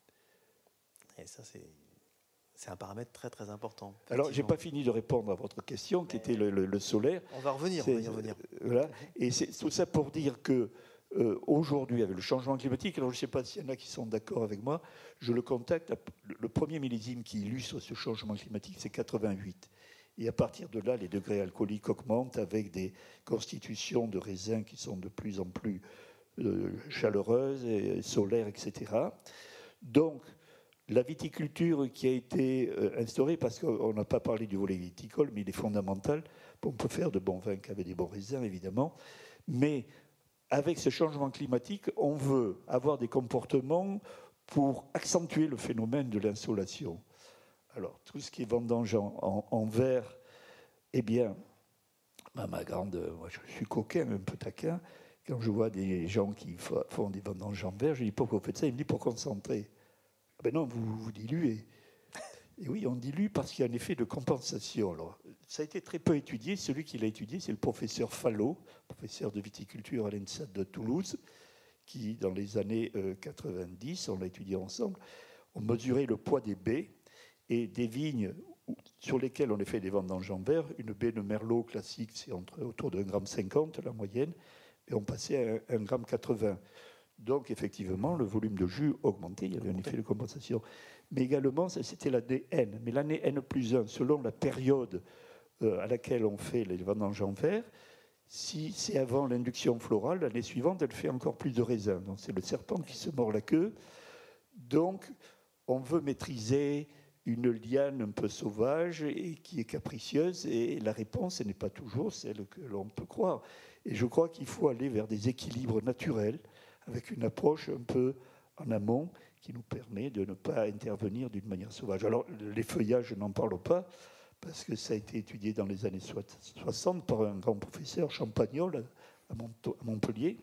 Et ça, c'est... C'est un paramètre très très important. Alors, je n'ai pas fini de répondre à votre question, qui était le, le, le solaire. On va revenir, c'est, on va y revenir. Voilà. Et c'est tout ça pour dire que euh, aujourd'hui, avec le changement climatique, alors je ne sais pas s'il y en a qui sont d'accord avec moi, je le contacte. Le premier millésime qui illustre ce changement climatique, c'est quatre-vingt-huit. Et à partir de là, les degrés alcooliques augmentent avec des constitutions de raisins qui sont de plus en plus euh, chaleureuses, et solaires, et cetera. Donc, la viticulture qui a été instaurée, parce qu'on n'a pas parlé du volet viticole, mais il est fondamental. On peut faire de bons vins qu'avec des bons raisins, évidemment. Mais avec ce changement climatique, on veut avoir des comportements pour accentuer le phénomène de l'insolation. Alors, tout ce qui est vendange en, en, en verre, eh bien, ma, ma grande, moi je suis coquin, un peu taquin. Quand je vois des gens qui font des vendanges en verre, je dis pourquoi vous faites ça? Il me dit pour concentrer. Ben non, vous vous diluez. Et oui, on dilue parce qu'il y a un effet de compensation. Alors, ça a été très peu étudié. Celui qui l'a étudié, c'est le professeur Fallot, professeur de viticulture à l'ENSA de Toulouse, qui, dans les années quatre-vingt-dix, on l'a étudié ensemble, on mesurait le poids des baies et des vignes sur lesquelles on a fait des vendanges en verre. Une baie de Merlot classique, c'est entre, autour de un virgule cinquante grammes la moyenne, et on passait à un virgule quatre-vingts. Donc, effectivement, le volume de jus augmentait, il y avait un effet de compensation. Mais également, c'était l'année N. Mais l'année N plus un, selon la période euh, à laquelle on fait les vendanges en verre, si c'est avant l'induction florale, l'année suivante, elle fait encore plus de raisins. Donc, c'est le serpent qui se mord la queue. Donc, on veut maîtriser une liane un peu sauvage et qui est capricieuse. Et la réponse, ce n'est pas toujours celle que l'on peut croire. Et je crois qu'il faut aller vers des équilibres naturels, avec une approche un peu en amont qui nous permet de ne pas intervenir d'une manière sauvage. Alors, les feuillages, je n'en parle pas, parce que ça a été étudié dans les années soixante par un grand professeur champagnol à Montpellier.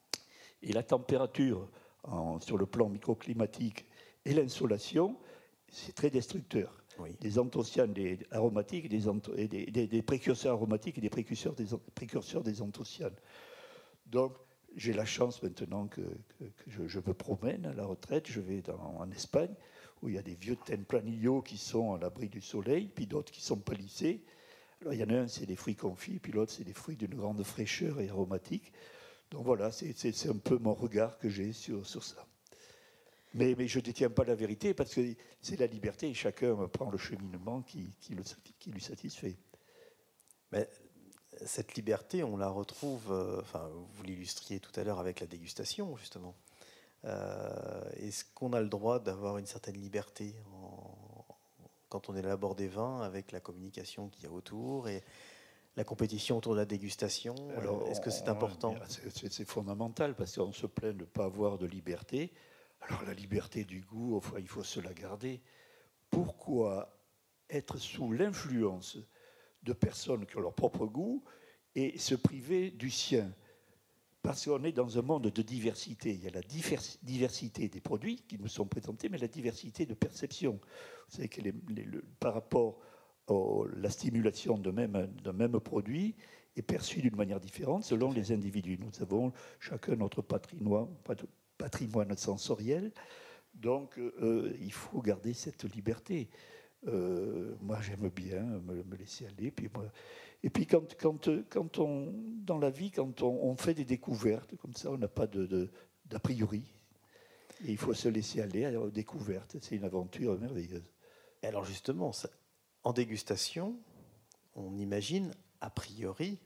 Et la température en, sur le plan microclimatique et l'insolation, c'est très destructeur. Oui. Des anthocyanes, des aromatiques, des, anth- et des, des, des précurseurs aromatiques et des précurseurs des, précurseurs des anthocyanes. Donc, j'ai la chance maintenant que, que, que je, je me promène à la retraite, je vais dans, en Espagne, où il y a des vieux tempranillos qui sont à l'abri du soleil, puis d'autres qui sont palissés. Alors il y en a un, c'est des fruits confits, puis l'autre, c'est des fruits d'une grande fraîcheur et aromatique. Donc voilà, c'est, c'est, c'est un peu mon regard que j'ai sur, sur ça. Mais, mais je ne détiens pas la vérité parce que c'est la liberté et chacun prend le cheminement qui, qui, le, qui lui satisfait. Mais cette liberté, on la retrouve, euh, enfin, vous l'illustriez tout à l'heure avec la dégustation, justement. Euh, est-ce qu'on a le droit d'avoir une certaine liberté en, quand on élabore des vins avec la communication qu'il y a autour et la compétition autour de la dégustation? Alors, est-ce que c'est important? c'est, c'est fondamental parce qu'on se plaint de ne pas avoir de liberté. Alors la liberté du goût, enfin, il faut se la garder. Pourquoi être sous l'influence de personnes qui ont leur propre goût et se priver du sien? Parce qu'on est dans un monde de diversité. Il y a la diversité des produits qui nous sont présentés, mais la diversité de perception. Vous savez que les, les, le, par rapport à la stimulation d'un même, d'un même produit est perçue d'une manière différente selon les individus. Nous avons chacun notre patrimoine, patrimoine sensoriel, donc euh, il faut garder cette liberté. Euh, moi, j'aime bien me, me laisser aller. Puis moi, et puis, quand, quand, quand on, dans la vie, quand on, on fait des découvertes, comme ça, on n'a pas de, de, d'a priori. Et il faut se laisser aller aux découvertes. C'est une aventure merveilleuse. Et alors, justement, ça, en dégustation, on imagine, a priori,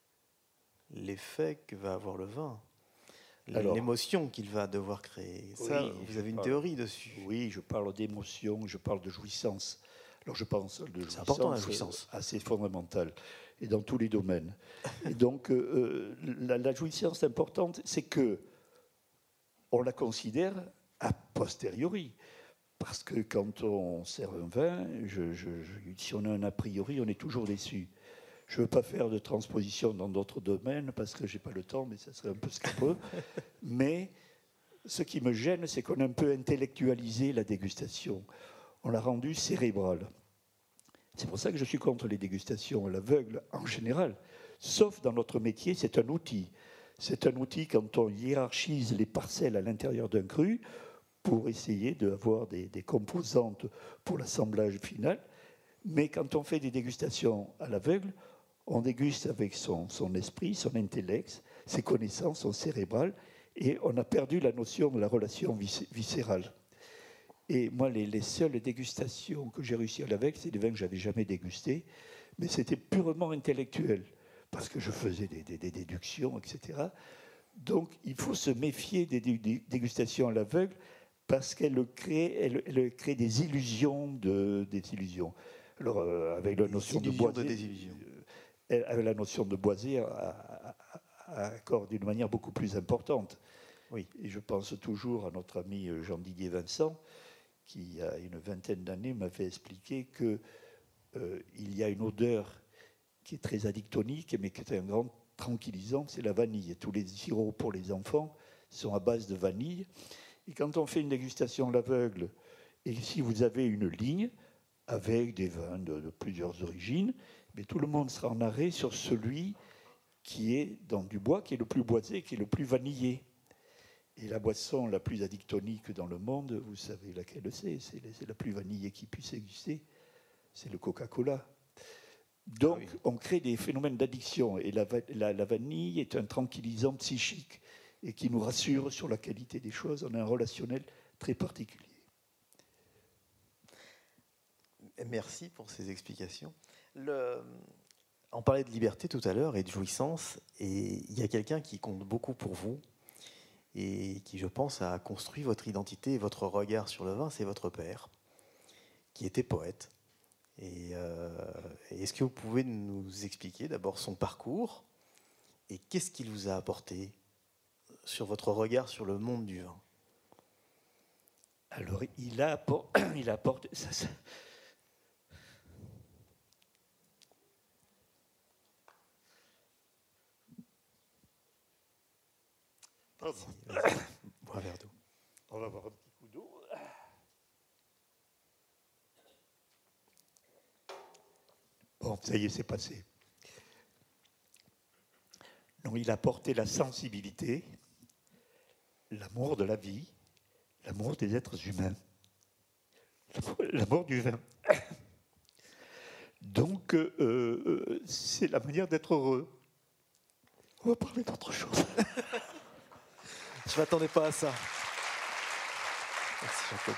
l'effet que va avoir le vin. Alors, l'émotion qu'il va devoir créer. Ça, oui, vous avez une parle, théorie dessus. Oui, je parle d'émotion, je parle de jouissance. Alors, je pense de jouissance, c'est important, la jouissance. Assez fondamentale, et dans tous les domaines. Et donc, euh, la, la jouissance importante, c'est que on la considère a posteriori. Parce que quand on sert un vin, je, je, je, si on a un a priori, on est toujours déçu. Je ne veux pas faire de transposition dans d'autres domaines parce que je n'ai pas le temps, mais ça serait un peu scapeux. Mais ce qui me gêne, c'est qu'on a un peu intellectualisé la dégustation. On l'a rendue cérébrale. C'est pour ça que je suis contre les dégustations à l'aveugle en général. Sauf dans notre métier, c'est un outil. C'est un outil quand on hiérarchise les parcelles à l'intérieur d'un cru pour essayer d'avoir des, des composantes pour l'assemblage final. Mais quand on fait des dégustations à l'aveugle, on déguste avec son, son esprit, son intellect, ses connaissances, son cérébral, et on a perdu la notion de la relation vis- viscérale. Et moi, les, les seules dégustations que j'ai réussi à l'aveugle, c'est des vins que je n'avais jamais dégustés, mais c'était purement intellectuel, parce que je faisais des, des, des déductions, et cetera. Donc, il faut se méfier des, des dégustations à l'aveugle, parce qu'elles créent, elles, elles créent des illusions de, des illusions. Alors, euh, avec la notion de boisé, de désillusion. Euh, avec la notion de boisé, accorde d'une manière beaucoup plus importante. Oui. Et je pense toujours à notre ami Jean-Didier Vincent, qui, il y a une vingtaine d'années, m'avait expliqué qu'il euh, y a une odeur qui est très addictonique, mais qui est un grand tranquillisant, c'est la vanille. Et tous les sirops pour les enfants sont à base de vanille. Et quand on fait une dégustation à l'aveugle, et si vous avez une ligne avec des vins de, de plusieurs origines, mais tout le monde sera en arrêt sur celui qui est dans du bois, qui est le plus boisé, qui est le plus vanillé. Et la boisson la plus addictonique dans le monde, vous savez laquelle c'est, c'est, c'est la plus vanillée qui puisse exister, c'est le Coca-Cola. Donc, ah oui. On crée des phénomènes d'addiction, et la, la, la vanille est un tranquillisant psychique, et qui nous rassure sur la qualité des choses. On a un relationnel très particulier. Merci pour ces explications. Le... On parlait de liberté tout à l'heure et de jouissance, et il y a quelqu'un qui compte beaucoup pour vous, et qui, je pense, a construit votre identité et votre regard sur le vin, c'est votre père, qui était poète. Et, euh, est-ce que vous pouvez nous expliquer d'abord son parcours, et qu'est-ce qu'il vous a apporté sur votre regard sur le monde du vin? Alors, il a apporté... Il a apporté ça, ça. Pardon. Bois un verre d'eau. On va boire un petit coup d'eau. Bon, ça y est, c'est passé. Donc, il a apporté la sensibilité, l'amour de la vie, l'amour des êtres humains, l'amour du vin. Donc, euh, euh, c'est la manière d'être heureux. On va parler d'autre chose. Je ne m'attendais pas à ça. Merci Jacob.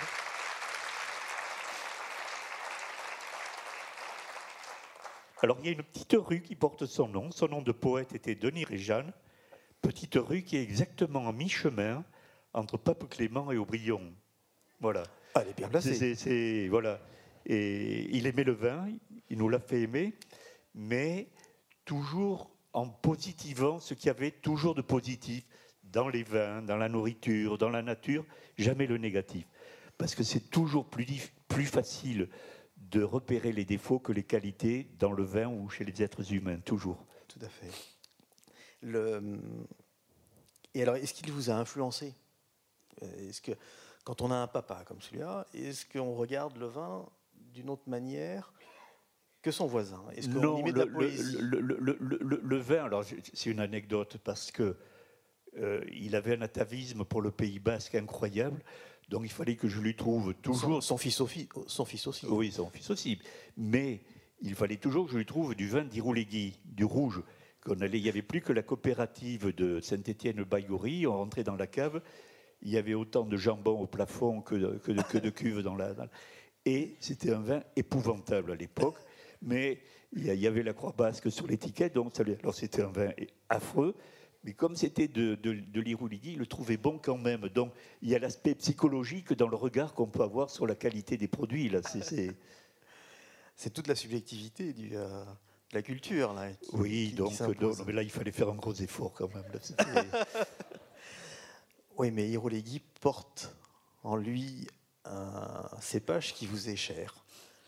Alors, il y a une petite rue qui porte son nom. Son nom de poète était Denis Réjeanne. Petite rue qui est exactement à mi-chemin entre Pape Clément et Aubryon. Voilà. Ah, elle est bien placée. C'est, c'est, voilà. Et il aimait le vin, il nous l'a fait aimer, mais toujours en positivant ce qu'il y avait toujours de positif dans les vins, dans la nourriture, dans la nature, jamais le négatif. Parce que c'est toujours plus, plus facile de repérer les défauts que les qualités dans le vin ou chez les êtres humains, toujours. Tout à fait. Le... Et alors, est-ce qu'il vous a influencé ? Est-ce que, quand on a un papa comme celui-là, est-ce qu'on regarde le vin d'une autre manière que son voisin ? Est-ce qu'on non, y met de le, la poésie ? le, le, le, le, le, le vin, alors c'est une anecdote parce que euh, il avait un atavisme pour le Pays Basque incroyable. Donc il fallait que je lui trouve toujours... Son, son, fils, aussi, son fils aussi. Oui, son fils aussi. Mais il fallait toujours que je lui trouve du vin d'Irouléguy, du rouge. Qu'on allait, il n'y avait plus que la coopérative de Saint-Étienne-Baïgoury. On rentrait dans la cave, il y avait autant de jambon au plafond que de, que de, que de cuves dans la... Dans... Et c'était un vin épouvantable à l'époque. Mais il y avait la croix basque sur l'étiquette, donc ça, alors c'était un vin affreux. Mais comme c'était de, de, de l'Irouléguy, il le trouvait bon quand même. Donc, il y a l'aspect psychologique dans le regard qu'on peut avoir sur la qualité des produits. Là. C'est, c'est... c'est toute la subjectivité du, euh, de la culture. Là, qui, oui, qui, donc, qui donc mais là, il fallait faire un gros effort quand même. Là, oui, mais Irouléguy porte en lui un cépage qui vous est cher.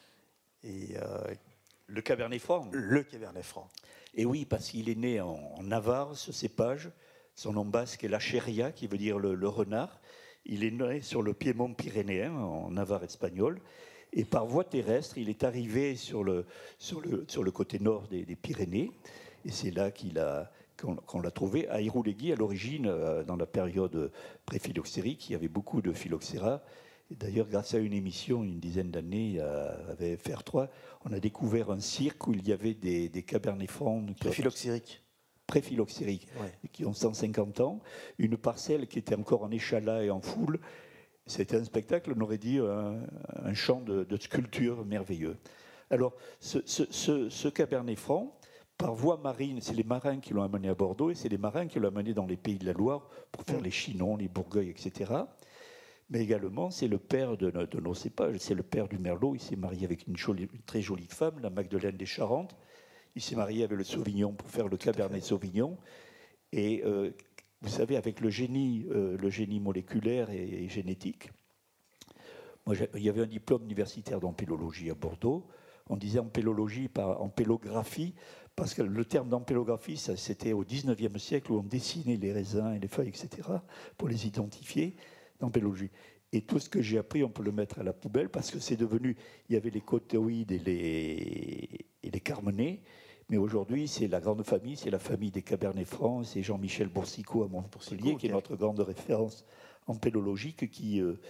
Et, euh, le Cabernet Franc. Le Cabernet Franc. Et oui, parce qu'il est né en, en Navarre, ce cépage. Son nom basque est la Cheria, qui veut dire le, le renard. Il est né sur le piémont pyrénéen, en Navarre espagnole. Et par voie terrestre, il est arrivé sur le, sur le, sur le côté nord des, des Pyrénées. Et c'est là qu'il a, qu'on, qu'on l'a trouvé à Irouléguy, à l'origine, dans la période pré-phylloxérique. Il y avait beaucoup de phylloxéra. Et d'ailleurs, grâce à une émission, une dizaine d'années, avec F R trois, on a découvert un cirque où il y avait des, des Cabernet Franc pré-phylloxériques, pré-phylloxériques, ouais. qui ont cent cinquante ans, une parcelle qui était encore en échalas et en foule. C'était un spectacle, on aurait dit un, un champ de, de sculpture merveilleux. Alors, ce, ce, ce, ce Cabernet Franc, par voie marine, c'est les marins qui l'ont amené à Bordeaux et c'est les marins qui l'ont amené dans les pays de la Loire pour faire mmh. les Chinons, les Bourgueil, et cetera. Mais également, c'est le père de, nos, de nos cépages, c'est le père du Merlot. Il s'est marié avec une, jolie, une très jolie femme, la Magdeleine des Charentes. Il s'est marié avec le Sauvignon pour faire le Cabernet Sauvignon. Et euh, vous savez, avec le génie, euh, le génie moléculaire et, et génétique, moi, il y avait un diplôme universitaire d'ampélologie à Bordeaux. On disait ampélologie, pas ampélographie, parce que le terme d'ampélographie, ça, c'était au dix-neuvième siècle où on dessinait les raisins et les feuilles, et cetera, pour les identifier. D'ampélologie. Et tout ce que j'ai appris, on peut le mettre à la poubelle parce que c'est devenu, il y avait les cotéoïdes et les, et les carmenés, mais aujourd'hui, c'est la grande famille, c'est la famille des Cabernet Franc, c'est Jean-Michel Boursicot à Montpellier, qui est notre grande référence ampélologique qui, euh,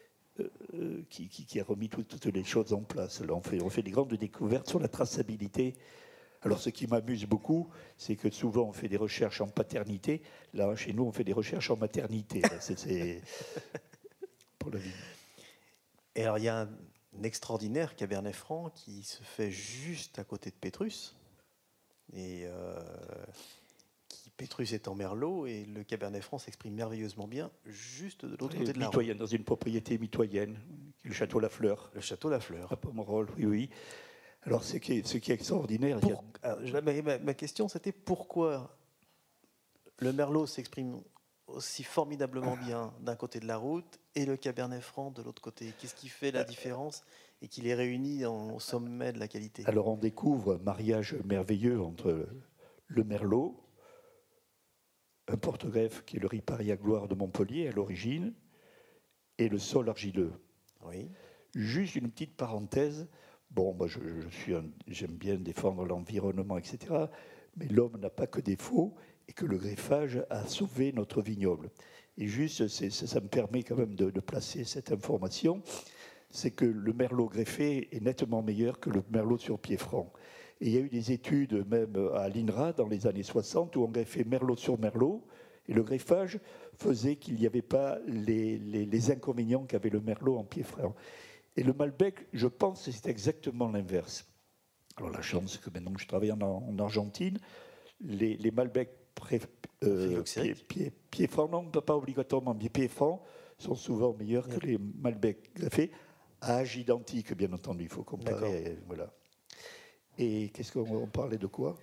euh, qui, qui, qui a remis tout, toutes les choses en place. Là, on fait, on fait des grandes découvertes sur la traçabilité. Alors, ce qui m'amuse beaucoup, c'est que souvent, on fait des recherches en paternité. Là, chez nous, on fait des recherches en maternité. C'est, c'est pour la vie. Et alors, il y a un, un extraordinaire Cabernet Franc qui se fait juste à côté de Pétrus. Et euh, qui, Pétrus est en Merlot, et le Cabernet Franc s'exprime merveilleusement bien juste de l'autre et côté de la route. Dans une propriété mitoyenne, le Château Lafleur. Le Château Lafleur. À Pomerol, oui, oui. Alors, ce qui est, ce qui est extraordinaire... Pour, alors, ma, ma question, c'était pourquoi le Merlot s'exprime aussi formidablement bien d'un côté de la route et le Cabernet Franc de l'autre côté ? Qu'est-ce qui fait la différence et qui les réunit au sommet de la qualité ? Alors, on découvre un mariage merveilleux entre le Merlot, un porte-greffe qui est le Ripari à gloire de Montpellier à l'origine, et le sol argileux. Oui. Juste une petite parenthèse... Bon, moi, je, je suis un, j'aime bien défendre l'environnement, et cetera. Mais l'homme n'a pas que défaut et que le greffage a sauvé notre vignoble. Et juste, c'est, ça, ça me permet quand même de, de placer cette information, c'est que le Merlot greffé est nettement meilleur que le Merlot sur pied franc. Et il y a eu des études même à l'INRA dans les années soixante où on greffait Merlot sur Merlot Et le greffage faisait qu'il n'y avait pas les, les, les inconvénients qu'avait le merlot en pied franc. Et le Malbec, je pense que c'est exactement l'inverse. Alors la chance que maintenant que je travaille en, en Argentine, les, les Malbec pré, euh, pied, pied, pied franc, non, pas obligatoirement, mais pied franc, sont souvent meilleurs oui. que les Malbec greffés, à âge identique, bien entendu, il faut comparer. Voilà. Et qu'est-ce qu'on parlait de quoi?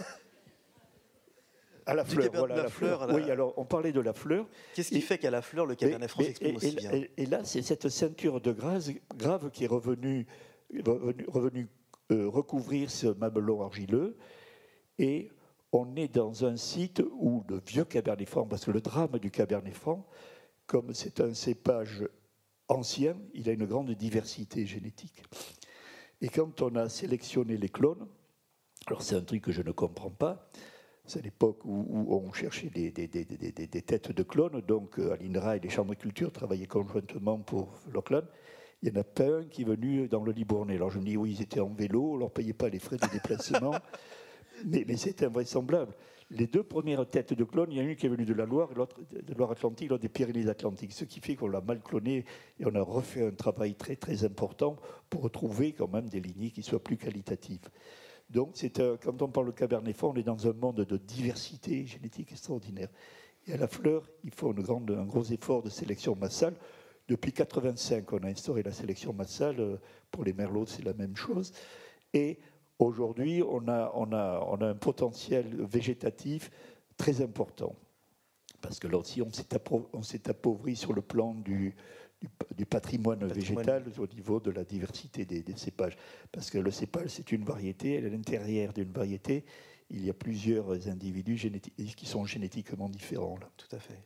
À la fleur, voilà, la la fleur. fleur. La... Oui, alors on parlait de la fleur. Qu'est-ce qui et, fait qu'à la fleur, le Cabernet Franc s'exprime aussi et, bien? Et, et là, c'est cette ceinture de grave, grave qui est revenue, revenue, revenue euh, recouvrir ce mamelon argileux. Et on est dans un site où le vieux Cabernet Franc, parce que le drame du Cabernet Franc, comme c'est un cépage ancien, il a une grande diversité génétique. Et quand on a sélectionné les clones, alors c'est un truc que je ne comprends pas, c'est à l'époque où, où on cherchait des, des, des, des, des têtes de clones, donc à l'I N R A et les chambres de culture travaillaient conjointement pour leur clone. Il n'y en a pas un qui est venu dans le Libournais. Alors je me dis, oui, ils étaient en vélo, on ne leur payait pas les frais de déplacement, mais, mais c'est invraisemblable. Les deux premières têtes de clones, il y en a une qui est venue de la Loire, et l'autre de Loire-Atlantique, l'autre des Pyrénées-Atlantiques, ce qui fait qu'on l'a mal cloné et on a refait un travail très, très important pour retrouver quand même des lignées qui soient plus qualitatives. Donc, c'est, euh, quand on parle de Cabernet Franc, on est dans un monde de diversité génétique extraordinaire. Et à la fleur, il faut une grande, un gros effort de sélection massale. Depuis mille neuf cent quatre-vingt-cinq, on a instauré la sélection massale. Pour les merlots, c'est la même chose. Et aujourd'hui, on a, on a, on a un potentiel végétatif très important. Parce que là aussi, on s'est, appro- on s'est appauvri sur le plan du... Du, du patrimoine, patrimoine végétal au niveau de la diversité des, des cépages. Parce que le cépage, c'est une variété, et à l'intérieur d'une variété, il y a plusieurs individus généti- qui sont génétiquement différents. Là. Tout à fait.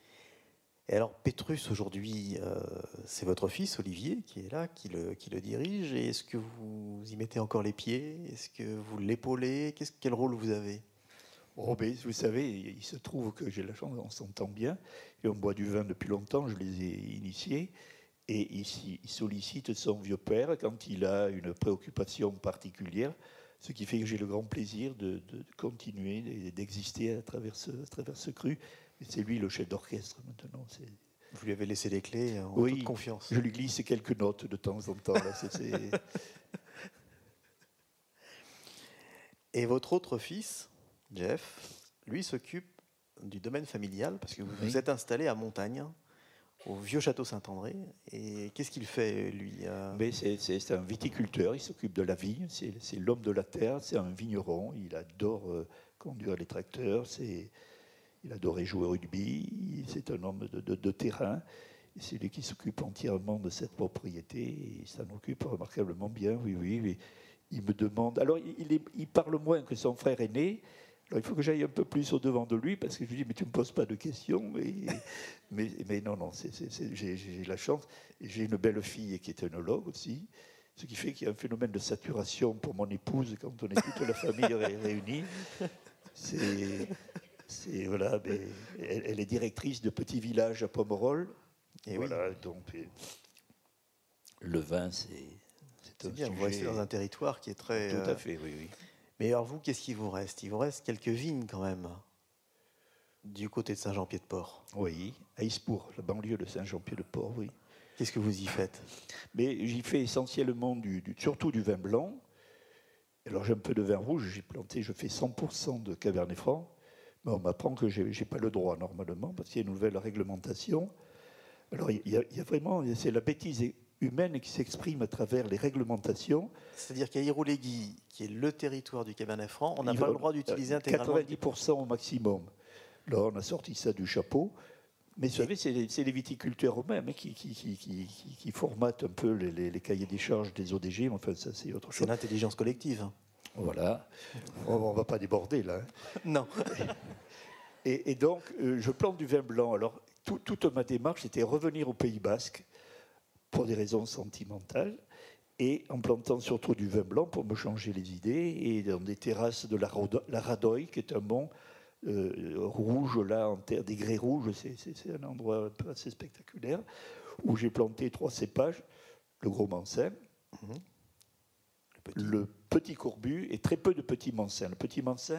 Et alors, Pétrus, aujourd'hui, euh, c'est votre fils, Olivier, qui est là, qui le, qui le dirige. Et est-ce que vous y mettez encore les pieds? Est-ce que vous l'épaulez? Qu'est-ce, Quel rôle vous avez? Oh, ben, vous savez, il se trouve que j'ai la chance, on s'entend bien, et on boit du vin depuis longtemps, je les ai initiés, et ici, il sollicite son vieux père quand il a une préoccupation particulière, ce qui fait que j'ai le grand plaisir de, de continuer, d'exister à travers ce, à travers ce cru. Et c'est lui le chef d'orchestre maintenant. C'est... Vous lui avez laissé les clés en oui, toute confiance. Je lui glisse quelques notes de temps en temps. Là, c'est, c'est... Et votre autre fils, Jeff, lui s'occupe du domaine familial parce que vous vous oui. êtes installé à Montagne, au vieux château Saint-André. Et qu'est-ce qu'il fait, lui? Mais c'est, c'est, c'est un viticulteur, il s'occupe de la vigne, c'est, c'est l'homme de la terre, c'est un vigneron, il adore euh, conduire les tracteurs, c'est, il adorait jouer au rugby, c'est un homme de, de, de terrain, et c'est lui qui s'occupe entièrement de cette propriété, et il s'en occupe remarquablement bien, oui, oui, oui. Il me demande, alors il, est, il parle moins que son frère aîné. Alors, il faut que j'aille un peu plus au-devant de lui, parce que je lui dis, mais tu ne me poses pas de questions. Mais, mais, mais non, non, c'est, c'est, c'est, j'ai, j'ai la chance. Et j'ai une belle fille qui est œnologue aussi, ce qui fait qu'il y a un phénomène de saturation pour mon épouse quand on est toute la famille réunie. C'est, c'est, voilà, mais elle, elle est directrice de petits villages à Pomerol. Et, et voilà, oui. donc et, le vin, c'est... C'est, c'est bien, sujet... vous restez dans un territoire qui est très... Tout à fait, oui, oui. Mais alors vous, qu'est-ce qu'il vous reste? Il vous reste quelques vignes quand même, du côté de Saint-Jean-Pied-de-Port. Oui, à Ispour, la banlieue de Saint-Jean-Pied-de-Port, oui. Qu'est-ce que vous y faites? Mais j'y fais essentiellement, du, du, surtout du vin blanc. Alors j'ai un peu de vin rouge, j'ai planté, je fais cent pour cent de Cabernet Franc. Mais on m'apprend que je n'ai pas le droit normalement, parce qu'il y a une nouvelle réglementation. Alors il y a, il y a vraiment, c'est la bêtise humaine qui s'exprime à travers les réglementations. C'est-à-dire qu'à Iroulégui, qui est le territoire du Cabernet Franc, on n'a pas le droit d'utiliser intégralement... quatre-vingt-dix pour cent au maximum. Là, on a sorti ça du chapeau. Mais vous savez, c'est les, c'est les viticulteurs eux-mêmes qui, qui, qui, qui, qui formatent un peu les, les, les cahiers des charges des O D G. Enfin, ça, c'est autre chose. C'est l'intelligence collective. Voilà. On ne va pas déborder, là. Hein. Non. Et, et donc, euh, je plante du vin blanc. Alors, tout, toute ma démarche, c'était revenir au Pays Basque pour des raisons sentimentales, et en plantant surtout du vin blanc pour me changer les idées, et dans des terrasses de la, Rodo- la Radoy, qui est un mont euh, rouge, là, en terre, des grès rouges, c'est, c'est, c'est un endroit un peu assez spectaculaire, où j'ai planté trois cépages, le gros Mansin, mmh. le, petit. le petit Courbu, et très peu de petits Mansins. Le petit Mansin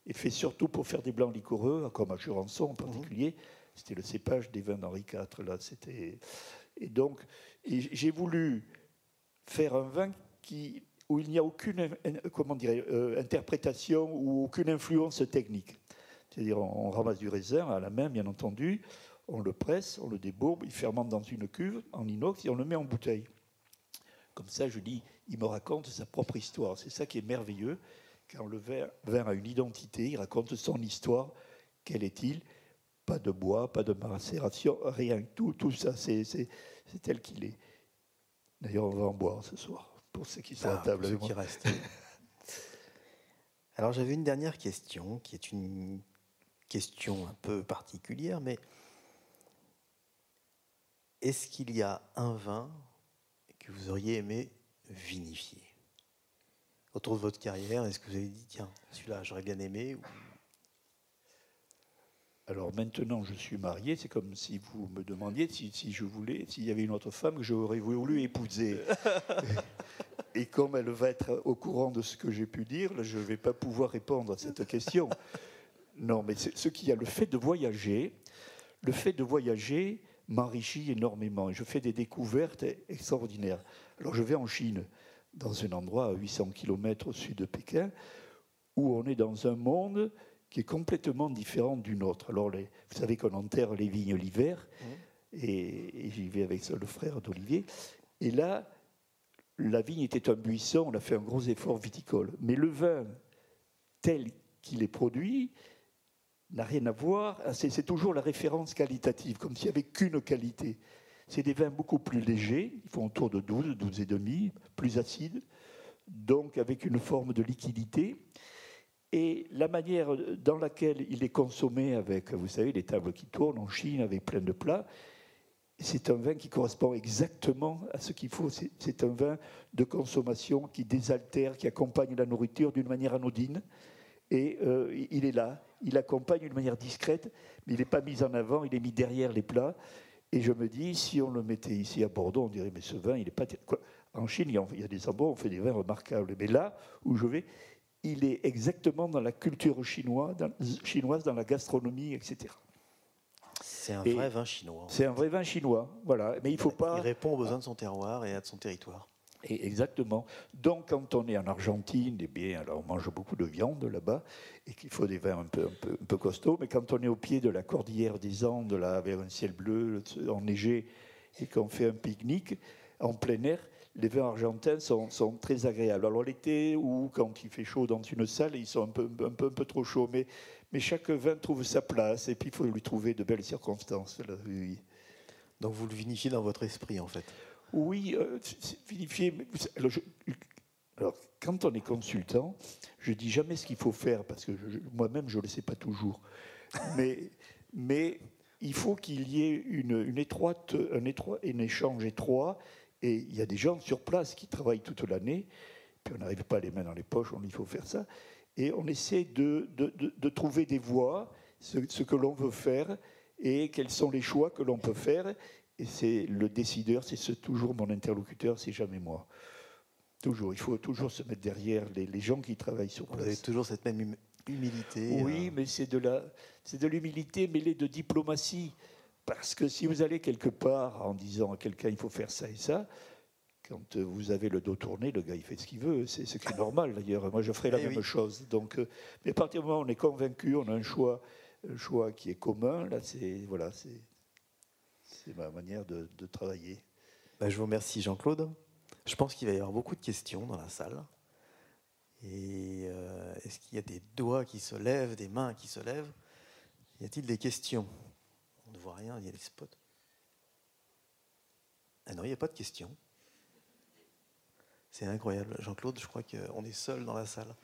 et fait surtout pour faire des blancs liquoreux, comme à Jurançon en particulier. Mmh. C'était le cépage des vins d'Henri quatre. Là, c'était... Et donc, et j'ai voulu faire un vin qui, où il n'y a aucune comment dirais, euh, interprétation ou aucune influence technique. C'est-à-dire, on, on ramasse du raisin à la main, bien entendu, on le presse, on le débourbe, il fermente dans une cuve en inox et on le met en bouteille. Comme ça, je dis, il me raconte sa propre histoire. C'est ça qui est merveilleux. Quand le vin, vin a une identité, il raconte son histoire. Quel est-il ? Pas de bois, pas de macération, rien. Tout, tout ça, c'est, c'est, c'est tel qu'il est. D'ailleurs, on va en boire ce soir, pour ceux qui sont ah, à table. Pour ceux qui restent. Alors, j'avais une dernière question, qui est une question un peu particulière, mais est-ce qu'il y a un vin que vous auriez aimé vinifier autour de votre carrière? Est-ce que vous avez dit, tiens, celui-là, j'aurais bien aimé ou... Alors maintenant, je suis marié, c'est comme si vous me demandiez si, si je voulais, s'il y avait une autre femme que j'aurais voulu épouser. et, et comme elle va être au courant de ce que j'ai pu dire, là, je ne vais pas pouvoir répondre à cette question. Non, mais c'est, ce qui a le fait de voyager, le fait de voyager m'enrichit énormément. Je fais des découvertes extraordinaires. Alors je vais en Chine, dans un endroit à huit cents kilomètres au sud de Pékin, où on est dans un monde qui est complètement différent du nôtre. Alors, les, vous savez qu'on enterre les vignes l'hiver, mmh. et, et j'y vais avec le frère d'Olivier. Et là, la vigne était un buisson, on a fait un gros effort viticole. Mais le vin, tel qu'il est produit, n'a rien à voir. C'est, c'est toujours la référence qualitative, comme s'il n'y avait qu'une qualité. C'est des vins beaucoup plus légers, ils font autour de douze, douze et demi, plus acides, donc avec une forme de liquidité. Et la manière dans laquelle il est consommé avec, vous savez, les tables qui tournent en Chine avec plein de plats, c'est un vin qui correspond exactement à ce qu'il faut. C'est, c'est un vin de consommation qui désaltère, qui accompagne la nourriture d'une manière anodine. Et euh, il est là, il accompagne d'une manière discrète, mais il n'est pas mis en avant, il est mis derrière les plats. Et je me dis, si on le mettait ici à Bordeaux, on dirait, mais ce vin, il n'est pas... Quoi. En Chine, il y a des endroits où on fait des vins remarquables. Mais là où je vais... il est exactement dans la culture chinoise, dans, chinoise, dans la gastronomie, et cetera. C'est un vrai et vin chinois. C'est un vrai vin chinois, voilà. Mais il faut pas. Il répond aux besoins de son terroir et de son territoire. Et exactement. Donc, quand on est en Argentine, eh bien, alors on mange beaucoup de viande là-bas, et qu'il faut des vins un peu, un peu, un peu costauds. Mais quand on est au pied de la cordillère des Andes, là, avec un ciel bleu, enneigé, et qu'on fait un pique-nique en plein air, les vins argentins sont, sont très agréables. Alors l'été, ou quand il fait chaud dans une salle, ils sont un peu, un peu, un peu trop chauds. Mais, mais chaque vin trouve sa place, et puis il faut lui trouver de belles circonstances. Là, oui. Donc vous le vinifiez dans votre esprit, en fait. Oui, euh, c'est vinifié. Alors, je, alors, quand on est consultant, je ne dis jamais ce qu'il faut faire, parce que je, moi-même, je ne le sais pas toujours. Mais, mais il faut qu'il y ait une, une étroite, un, étroit, un échange étroit. Et il y a des gens sur place qui travaillent toute l'année, puis on n'arrive pas les mains dans les poches, on dit il faut faire ça. Et on essaie de, de, de, de trouver des voies, ce, ce que l'on veut faire, et quels sont les choix que l'on peut faire. Et c'est le décideur, c'est ce, toujours mon interlocuteur, c'est jamais moi. Toujours, il faut toujours se mettre derrière les, les gens qui travaillent sur place. Vous avez toujours cette même hum, humilité. Oui, euh... mais c'est de, la, c'est de l'humilité mêlée de diplomatie. Parce que si vous allez quelque part en disant à quelqu'un il faut faire ça et ça, quand vous avez le dos tourné, le gars il fait ce qu'il veut. C'est ce qui est normal d'ailleurs. Moi je ferais la eh même oui. chose. Donc, euh, mais à partir du moment où on est convaincu, on a un choix, un choix qui est commun. Là, c'est voilà, c'est, c'est ma manière de, de travailler. Ben, je vous remercie Jean-Claude. Je pense qu'il va y avoir beaucoup de questions dans la salle. Et euh, est-ce qu'il y a des doigts qui se lèvent, des mains qui se lèvent? Y a-t-il des questions? On ne voit rien, il y a des spots. Ah non, il n'y a pas de questions. C'est incroyable. Jean-Claude, je crois qu'on est seul dans la salle.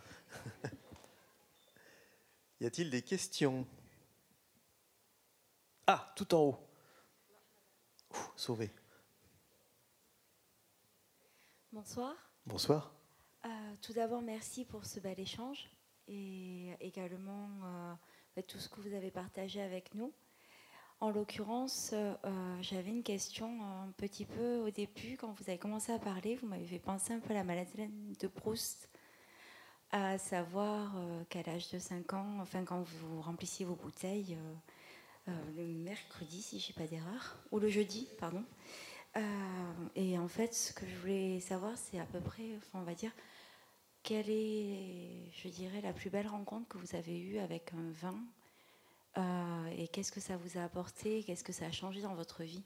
Y a-t-il des questions? Ah, tout en haut. Ouh, sauvé. Bonsoir. Bonsoir. Euh, tout d'abord, merci pour ce bel échange et également euh, tout ce que vous avez partagé avec nous. En l'occurrence, euh, j'avais une question un petit peu au début, quand vous avez commencé à parler, vous m'avez fait penser un peu à la maladie de Proust. à savoir euh, qu'à l'âge de cinq ans, enfin quand vous remplissiez vos bouteilles, euh, euh, le mercredi, si je n'ai pas d'erreur, ou le jeudi, pardon. Euh, et en fait, ce que je voulais savoir, c'est à peu près, enfin, on va dire, quelle est, je dirais, la plus belle rencontre que vous avez eue avec un vin euh, et qu'est-ce que ça vous a apporté, qu'est-ce que ça a changé dans votre vie?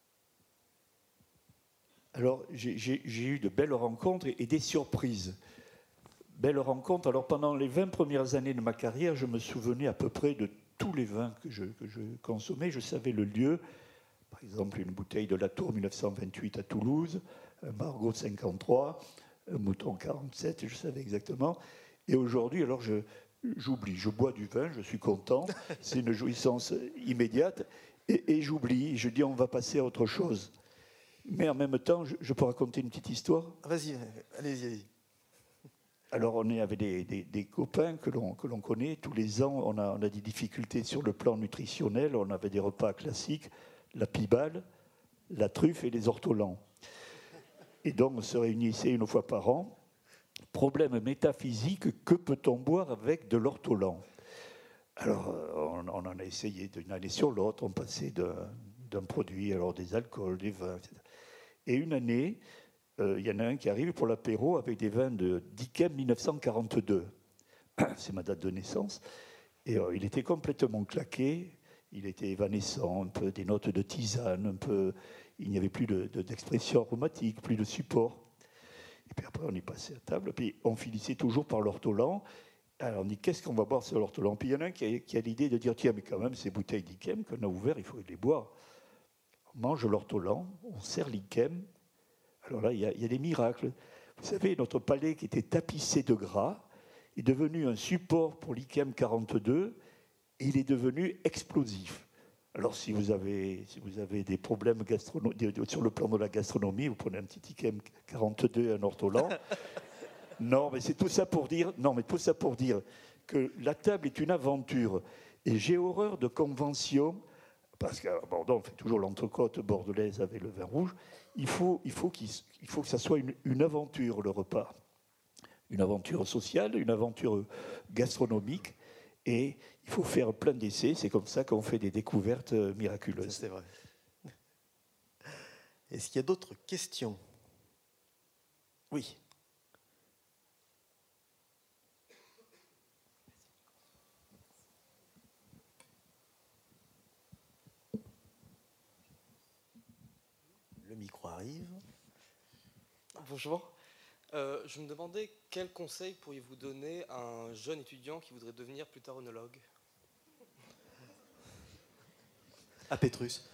Alors, j'ai, j'ai, j'ai eu de belles rencontres et, et des surprises. Belles rencontres. Alors, pendant les vingt premières années de ma carrière, je me souvenais à peu près de tous les vins que je, que je consommais. Je savais le lieu. Par exemple, une bouteille de Latour mille neuf cent vingt-huit à Toulouse, un Margaux cinquante-trois, un Mouton quarante-sept, je savais exactement. Et aujourd'hui, alors, je, j'oublie. Je bois du vin, je suis content. C'est une jouissance immédiate. Et, et j'oublie. Je dis, on va passer à autre chose. Mais en même temps, je, je peux raconter une petite histoire. Vas-y, allez-y, allez-y. Alors, on est avec des, des, des copains que l'on, que l'on connaît. Tous les ans, on a, on a des difficultés sur le plan nutritionnel. On avait des repas classiques, la pibale, la truffe et les ortolans. Et donc, on se réunissait une fois par an. Problème métaphysique, que peut-on boire avec de l'ortolan? Alors, on, on en a essayé d'une année sur l'autre. On passait d'un, d'un produit, alors des alcools, des vins, et cetera. Et une année, il euh, y en a un qui arrive pour l'apéro avec des vins de Dickem mille neuf cent quarante-deux. C'est ma date de naissance. Et euh, il était complètement claqué. Il était évanescent, un peu des notes de tisane, un peu. Il n'y avait plus de, de, d'expression aromatique, plus de support. Et puis après, on est passé à table. Puis on finissait toujours par l'ortolan. Alors on dit, qu'est-ce qu'on va boire sur l'ortolan? Puis il y en a un qui a, qui a l'idée de dire, tiens, mais quand même, ces bouteilles d'Yquem qu'on a ouvertes, il faut les boire. On mange l'ortolan, on sert l'Yquem. Alors là, il y, a, il y a des miracles. Vous savez, notre palais qui était tapissé de gras est devenu un support pour l'Yquem quarante-deux et il est devenu explosif. Alors si vous avez, si vous avez des problèmes gastrono- sur le plan de la gastronomie, vous prenez un petit Yquem quarante-deux et un ortolan. Non, mais c'est tout ça pour dire, non, mais tout ça pour dire que la table est une aventure. Et j'ai horreur de conventions, parce qu'à Bordeaux, on fait toujours l'entrecôte bordelaise avec le vin rouge. Il faut, il faut, qu'il, il faut que ça soit une, une aventure, le repas. Une aventure sociale, une aventure gastronomique. Et il faut faire plein d'essais. C'est comme ça qu'on fait des découvertes miraculeuses. Ça, c'est vrai. Est-ce qu'il y a d'autres questions? Oui. Le micro arrive. Bonjour. Euh, je me demandais quel conseil pourriez-vous donner à un jeune étudiant qui voudrait devenir plus tard œnologue? À Pétrus.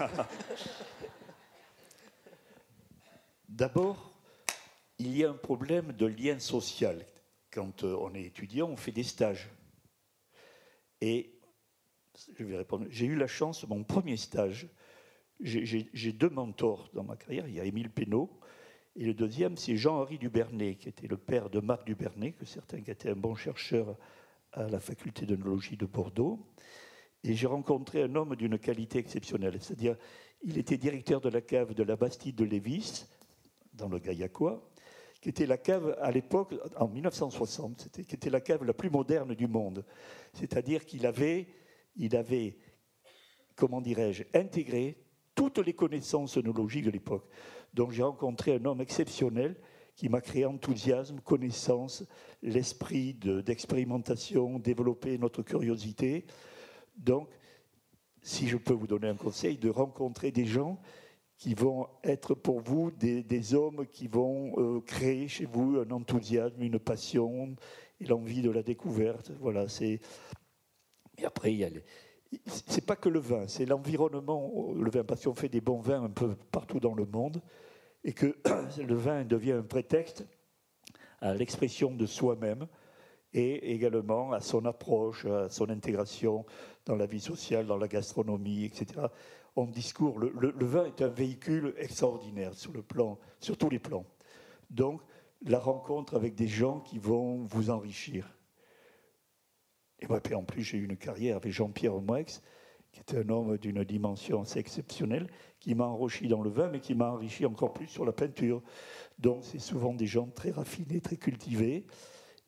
D'abord, il y a un problème de lien social. Quand on est étudiant, on fait des stages. Et je vais répondre. J'ai eu la chance, mon premier stage, j'ai, j'ai, j'ai deux mentors dans ma carrière. Il y a Émile Pénaud, et le deuxième, c'est Jean-Henri Dubernay, qui était le père de Marc Dubernay, que certains qui étaient un bon chercheur à la faculté d'œnologie de Bordeaux. Et j'ai rencontré un homme d'une qualité exceptionnelle. C'est-à-dire, il était directeur de la cave de la Bastide de Lévis, dans le Gaillacois, qui était la cave, à l'époque, en mille neuf cent soixante, c'était, qui était la cave la plus moderne du monde. C'est-à-dire qu'il avait, il avait, comment dirais-je, intégré toutes les connaissances œnologiques de l'époque. Donc j'ai rencontré un homme exceptionnel qui m'a créé enthousiasme, connaissance, l'esprit de, d'expérimentation, développer notre curiosité. Donc, si je peux vous donner un conseil, de rencontrer des gens qui vont être pour vous des, des hommes qui vont euh, créer chez vous un enthousiasme, une passion et l'envie de la découverte. Voilà, c'est... Et après, il y a les... c'est pas que le vin, c'est l'environnement, le vin, parce qu'on fait des bons vins un peu partout dans le monde, et que le vin devient un prétexte à l'expression de soi-même, et également à son approche, à son intégration dans la vie sociale, dans la gastronomie, et cetera. On discourt, le, le, le vin est un véhicule extraordinaire sur, le plan, sur tous les plans. Donc, la rencontre avec des gens qui vont vous enrichir. Et moi, puis en plus, j'ai eu une carrière avec Jean-Pierre Moix, qui était un homme d'une dimension assez exceptionnelle, qui m'a enrichi dans le vin, mais qui m'a enrichi encore plus sur la peinture. Donc, c'est souvent des gens très raffinés, très cultivés.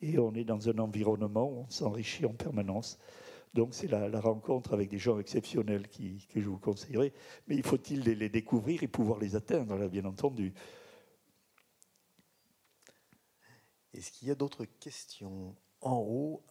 et on est dans un environnement où on s'enrichit en permanence. Donc c'est la, la rencontre avec des gens exceptionnels qui, que je vous conseillerais. Mais il faut-il les, les découvrir et pouvoir les atteindre, là, bien entendu. Est-ce qu'il y a d'autres questions en haut?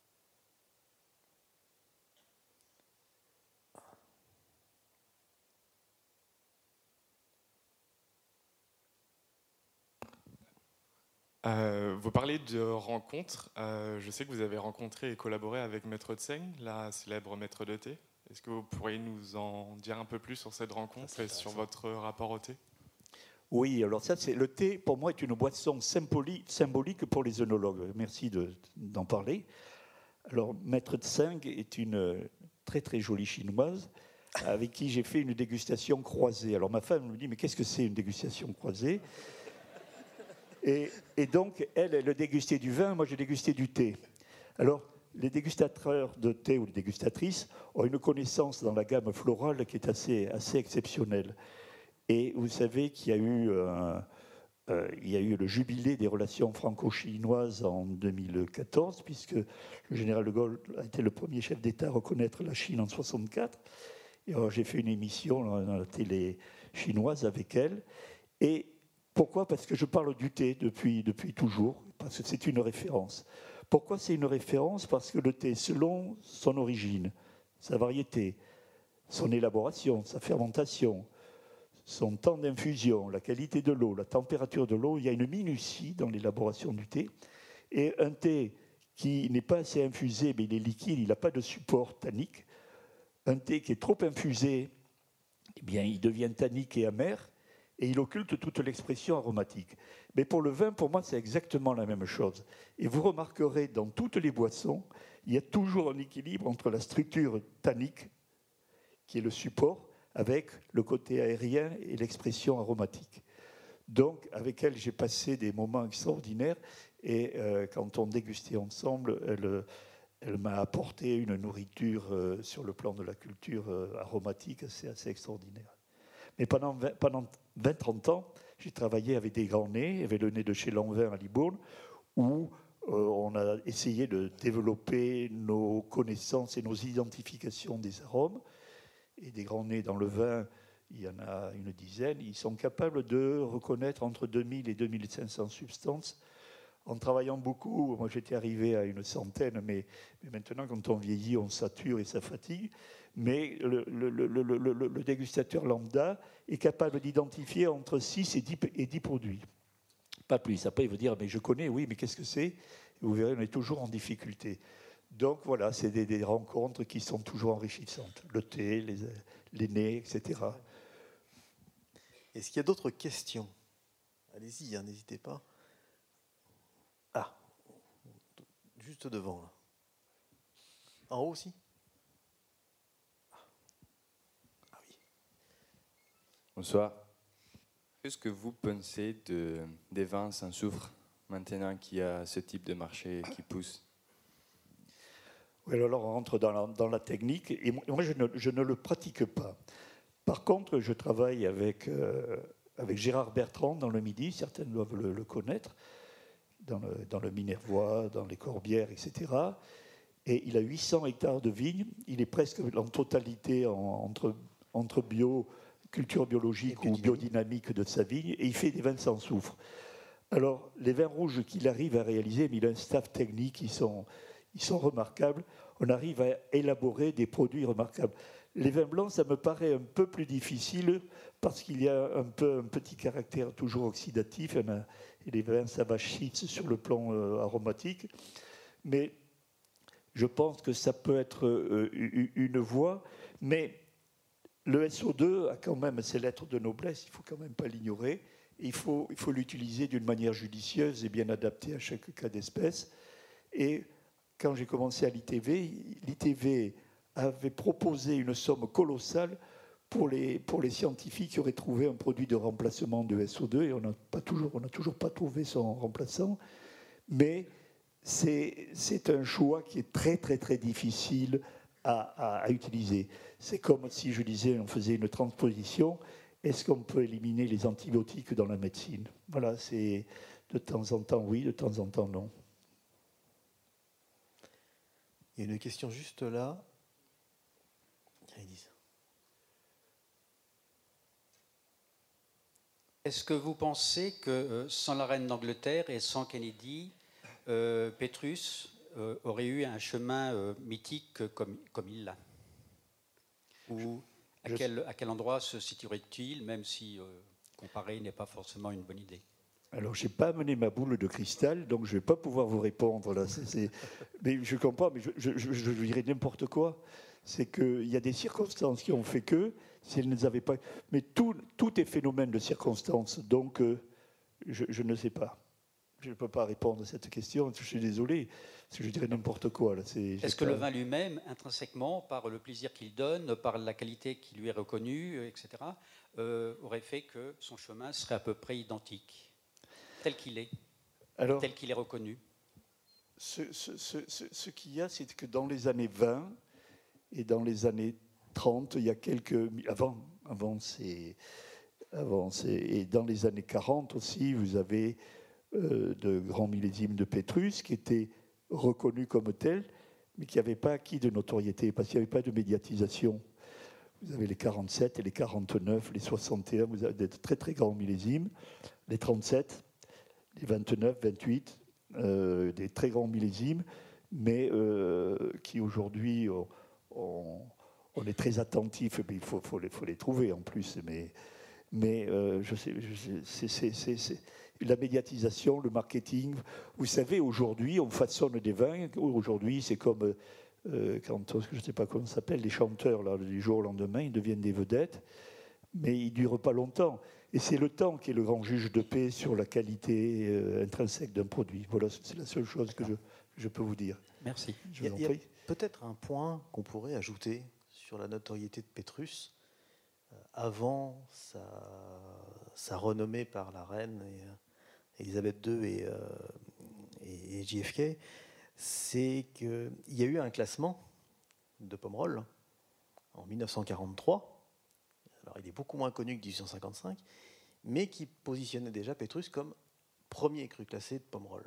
Euh, vous parlez de rencontres. Euh, je sais que vous avez rencontré et collaboré avec Maître Tseng, la célèbre maître de thé. Est-ce que vous pourriez nous en dire un peu plus sur cette rencontre et sur votre rapport au thé? Oui, alors ça, c'est le thé, pour moi, est une boisson symbolique pour les œnologues. Merci de, d'en parler. Alors, Maître Tseng est une très, très jolie chinoise avec qui j'ai fait une dégustation croisée. Alors, ma femme me dit, mais qu'est-ce que c'est une dégustation croisée? Et, et donc, elle, elle dégustait du vin, moi, j'ai dégusté du thé. Alors, les dégustateurs de thé ou les dégustatrices ont une connaissance dans la gamme florale qui est assez, assez exceptionnelle. Et vous savez qu'il y a eu, euh, euh, il y a eu le jubilé des relations franco-chinoises en deux mille quatorze, puisque le général de Gaulle a été le premier chef d'État à reconnaître la Chine en soixante-quatre. Et alors, j'ai fait une émission dans la télé chinoise avec elle. Et pourquoi? Parce que je parle du thé depuis, depuis toujours, parce que c'est une référence. Pourquoi c'est une référence? Parce que le thé, selon son origine, sa variété, son élaboration, sa fermentation, son temps d'infusion, la qualité de l'eau, la température de l'eau, il y a une minutie dans l'élaboration du thé. Et un thé qui n'est pas assez infusé, mais il est liquide, il n'a pas de support tannique. Un thé qui est trop infusé, eh bien, il devient tannique et amer. Et il occulte toute l'expression aromatique. Mais pour le vin, pour moi, c'est exactement la même chose. Et vous remarquerez, dans toutes les boissons, il y a toujours un équilibre entre la structure tannique, qui est le support, avec le côté aérien et l'expression aromatique. Donc, avec elle, j'ai passé des moments extraordinaires. Et euh, quand on dégustait ensemble, elle, elle m'a apporté une nourriture euh, sur le plan de la culture euh, aromatique assez, assez extraordinaire. Mais pendant vingt à trente ans, j'ai travaillé avec des grands nez, avec le nez de chez Lanvin à Libourne, où euh, on a essayé de développer nos connaissances et nos identifications des arômes. Et des grands nez dans le vin, il y en a une dizaine. Ils sont capables de reconnaître entre deux mille et deux mille cinq cents substances. En travaillant beaucoup, moi j'étais arrivé à une centaine, mais, mais maintenant, quand on vieillit, on sature et ça fatigue. Mais le, le, le, le, le, le dégustateur lambda est capable d'identifier entre six et dix, et dix produits. Pas plus. Après, il veut dire, mais je connais, oui, mais qu'est-ce que c'est? Et vous verrez, on est toujours en difficulté. Donc voilà, c'est des, des rencontres qui sont toujours enrichissantes. Le thé, les, les nez, et cetera. Est-ce qu'il y a d'autres questions? Allez-y, hein, n'hésitez pas. Ah, juste devant, là. En haut aussi? Ah oui. Bonsoir. Qu'est-ce que vous pensez de, des vins sans soufre, maintenant qu'il y a ce type de marché qui pousse? Oui, alors on rentre dans la, dans la technique, et moi je ne, je ne le pratique pas. Par contre, je travaille avec, euh, avec Gérard Bertrand dans le Midi, certains doivent le, le connaître, dans le, dans le Minervois, dans les Corbières, et cetera. Et il a huit cents hectares de vignes, il est presque en totalité en, entre, entre bio, culture biologique ou biodynamique de sa vigne, et il fait des vins sans soufre. Alors, les vins rouges qu'il arrive à réaliser, mais il a un staff technique qui sont... Ils sont remarquables. On arrive à élaborer des produits remarquables. Les vins blancs, ça me paraît un peu plus difficile parce qu'il y a un, peu, un petit caractère toujours oxydatif. On a, et les vins savachissent sur le plan euh, aromatique. Mais je pense que ça peut être euh, une voie. Mais le S O deux a quand même ses lettres de noblesse. Il ne faut quand même pas l'ignorer. Il faut, il faut l'utiliser d'une manière judicieuse et bien adaptée à chaque cas d'espèce. Et quand j'ai commencé à l'I T V, l'I T V avait proposé une somme colossale pour les, pour les scientifiques qui auraient trouvé un produit de remplacement de S O deux, et on n'a pas toujours, on n'a toujours pas trouvé son remplaçant. Mais c'est, c'est un choix qui est très, très, très difficile à, à, à utiliser. C'est comme si, je disais, on faisait une transposition. Est-ce qu'on peut éliminer les antibiotiques dans la médecine? Voilà, c'est de temps en temps oui, de temps en temps non. Il y a une question juste là. Est-ce que vous pensez que euh, sans la reine d'Angleterre et sans Kennedy, euh, Pétrus euh, aurait eu un chemin euh, mythique comme, comme il l'a? Ou à quel, à quel endroit se situerait-il, même si euh, comparer n'est pas forcément une bonne idée? Alors, je n'ai pas amené ma boule de cristal, donc je ne vais pas pouvoir vous répondre. Là. C'est, c'est... Mais je comprends, mais je, je, je, je dirais n'importe quoi. C'est qu'il y a des circonstances qui ont fait que, si elles ne les avaient pas... Mais tout, tout est phénomène de circonstances, donc euh, je, je ne sais pas. Je ne peux pas répondre à cette question, je suis désolé, parce que je dirais n'importe quoi. Là. C'est, Est-ce que pas... le vin lui-même, intrinsèquement, par le plaisir qu'il donne, par la qualité qui lui est reconnue, et cetera, euh, aurait fait que son chemin serait à peu près identique, tel qu'il est, Alors, tel qu'il est reconnu? Ce, ce, ce, ce, ce qu'il y a, c'est que dans les années vingt et dans les années trente, il y a quelques... Avant, avant, c'est, avant c'est, et dans les années quarante aussi, vous avez euh, de grands millésimes de Pétrus qui étaient reconnus comme tels, mais qui n'avaient pas acquis de notoriété, parce qu'il n'y avait pas de médiatisation. Vous avez les quarante-sept et les quarante-neuf, les soixante et un, vous avez des très très grands millésimes, les trente-sept, les vingt-neuf, vingt-huit, euh, des très grands millésimes, mais euh, qui aujourd'hui, on, on, on est très attentif, mais il faut, faut, les, faut les trouver en plus. Mais, mais euh, je sais, je sais c'est, c'est, c'est, c'est la médiatisation, le marketing. Vous savez, aujourd'hui, on façonne des vins. Aujourd'hui, c'est comme euh, quand, je ne sais pas comment ça s'appelle, les chanteurs, là, du jour au lendemain, ils deviennent des vedettes, mais ils ne durent pas longtemps. Et c'est le temps qui est le grand juge de paix sur la qualité euh, intrinsèque d'un produit. Voilà, c'est la seule chose que je, je peux vous dire. Merci. Je vous en prie. Il y a peut-être un point qu'on pourrait ajouter sur la notoriété de Pétrus euh, avant sa, sa renommée par la reine et, euh, Élisabeth deux et, euh, et, et J F K, c'est qu'il y a eu un classement de Pomerol en mille neuf cent quarante-trois. Alors, il est beaucoup moins connu que dix-huit cent cinquante-cinq, mais qui positionnait déjà Pétrus comme premier cru classé de Pomerol,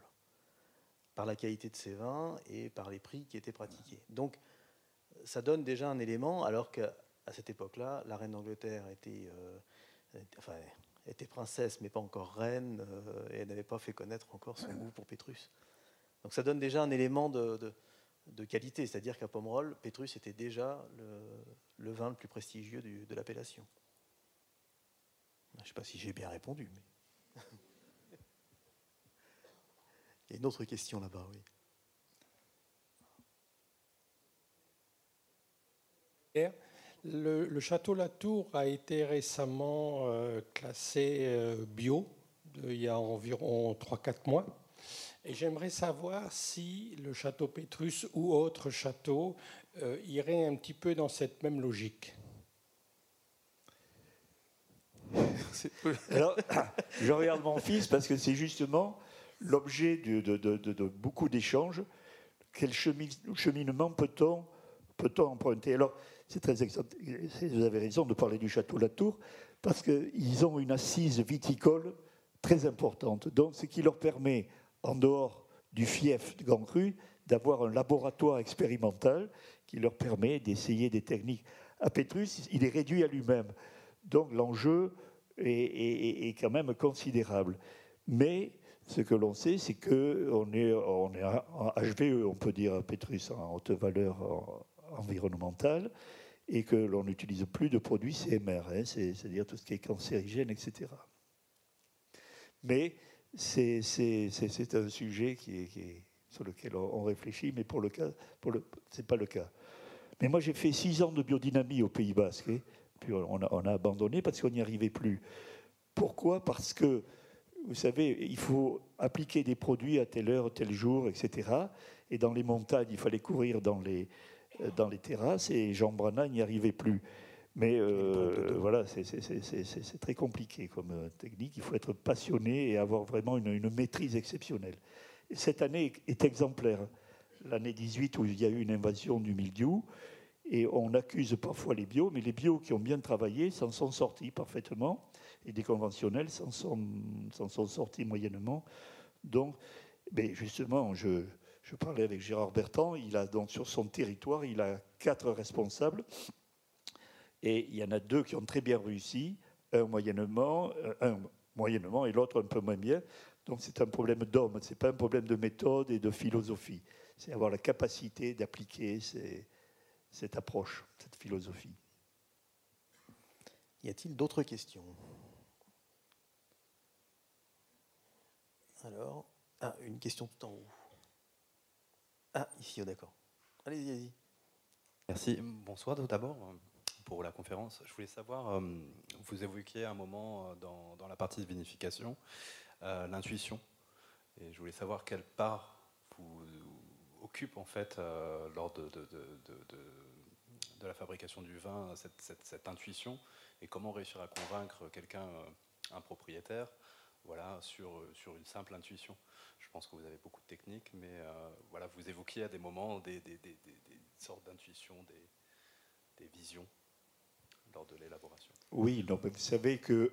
par la qualité de ses vins et par les prix qui étaient pratiqués. Donc, ça donne déjà un élément, alors qu'à cette époque-là, la reine d'Angleterre était, euh, enfin, était princesse, mais pas encore reine, euh, et elle n'avait pas fait connaître encore son goût pour Pétrus. Donc, ça donne déjà un élément de, de, de qualité, c'est-à-dire qu'à Pomerol, Pétrus était déjà le, le vin le plus prestigieux du, de l'appellation. Je ne sais pas si j'ai bien répondu, mais... Il y a une autre question là-bas, oui. Le, le château Latour a été récemment euh, classé euh, bio, de, il y a environ trois à quatre mois. Et j'aimerais savoir si le château Pétrus ou autre château euh, irait un petit peu dans cette même logique. Alors, je regarde mon fils parce que c'est justement l'objet de, de, de, de, de beaucoup d'échanges. Quel cheminement peut-on, peut-on emprunter? Alors, c'est très exact. Vous avez raison de parler du château Latour parce qu'ils ont une assise viticole très importante. Donc, ce qui leur permet, en dehors du fief de Grand Cru, d'avoir un laboratoire expérimental qui leur permet d'essayer des techniques. À Pétrus, il est réduit à lui-même. Donc l'enjeu est, est, est quand même considérable. Mais ce que l'on sait, c'est qu'on est, on est en H V E, on peut dire à Pétrus, en haute valeur environnementale, et que l'on n'utilise plus de produits C M R, hein, c'est, c'est-à-dire tout ce qui est cancérigène, et cetera. Mais c'est, c'est, c'est, c'est un sujet qui est, qui est, sur lequel on réfléchit, mais pour le cas, pour le, c'est pas le cas. Mais moi, j'ai fait six ans de biodynamie au Pays Basque, hein, puis on a, on a abandonné parce qu'on n'y arrivait plus. Pourquoi ? Parce que, vous savez, il faut appliquer des produits à telle heure, tel jour, et cetera. Et dans les montagnes, il fallait courir dans les, dans les terrasses, et Jean Branat n'y arrivait plus. Mais euh, voilà, c'est, c'est, c'est, c'est, c'est très compliqué comme technique. Il faut être passionné et avoir vraiment une, une maîtrise exceptionnelle. Et cette année est exemplaire. L'année dix-huit, où il y a eu une invasion du mildiou, et on accuse parfois les bios, mais les bios qui ont bien travaillé s'en sont sortis parfaitement, et des conventionnels s'en sont, s'en sont sortis moyennement. Donc, ben justement, je, Je parlais avec Gérard Bertrand, il a donc sur son territoire, il a quatre responsables, et il y en a deux qui ont très bien réussi, un moyennement, un moyennement et l'autre un peu moins bien. Donc c'est un problème d'homme, ce n'est pas un problème de méthode et de philosophie. C'est avoir la capacité d'appliquer ces, cette approche, cette philosophie. Y a-t-il d'autres questions? Alors, ah, une question tout en haut. Ah, ici, oh, d'accord. Allez-y, allez-y. Merci. Bonsoir tout d'abord pour la conférence. Je voulais savoir, vous évoquiez un moment dans, dans la partie de vinification, euh, l'intuition. Et je voulais savoir quelle part vous occupe en fait euh, lors de, de, de, de, de, de la fabrication du vin, cette, cette, cette intuition, et comment réussir à convaincre quelqu'un, un propriétaire, voilà, sur, sur une simple intuition. Je pense que vous avez beaucoup de techniques, mais euh, voilà, vous évoquiez à des moments des, des, des, des, des sortes d'intuitions, des, des visions lors de l'élaboration. Oui, donc vous savez que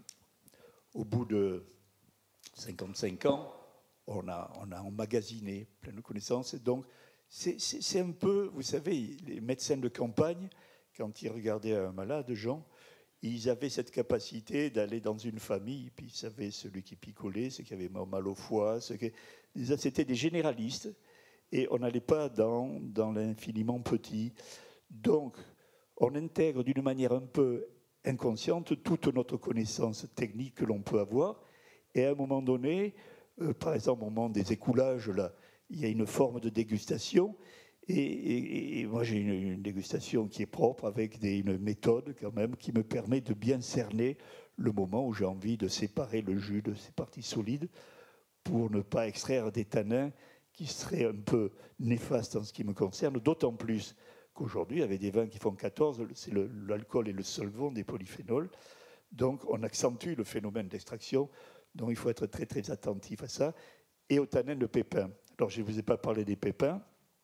au bout de cinquante-cinq ans, on a, on a emmagasiné plein de connaissances. Donc c'est, c'est, c'est un peu, vous savez, les médecins de campagne, quand ils regardaient un malade, Jean, ils avaient cette capacité d'aller dans une famille, puis ils savaient celui qui picolait, ceux qui avaient mal au foie, ceux qui... c'était des généralistes, et on n'allait pas dans, dans l'infiniment petit. Donc, on intègre d'une manière un peu inconsciente toute notre connaissance technique que l'on peut avoir, et à un moment donné, euh, par exemple au moment des écoulages, là, il y a une forme de dégustation, Et, et, et moi, j'ai une, une dégustation qui est propre, avec des, une méthode quand même qui me permet de bien cerner le moment où j'ai envie de séparer le jus de ses parties solides pour ne pas extraire des tanins qui seraient un peu néfastes en ce qui me concerne, d'autant plus qu'aujourd'hui, avec des vins qui font quatorze, c'est le, l'alcool et le solvant des polyphénols. Donc, on accentue le phénomène d'extraction, donc il faut être très, très attentif à ça. Et aux tanins de pépins. Alors, je ne vous ai pas parlé des pépins,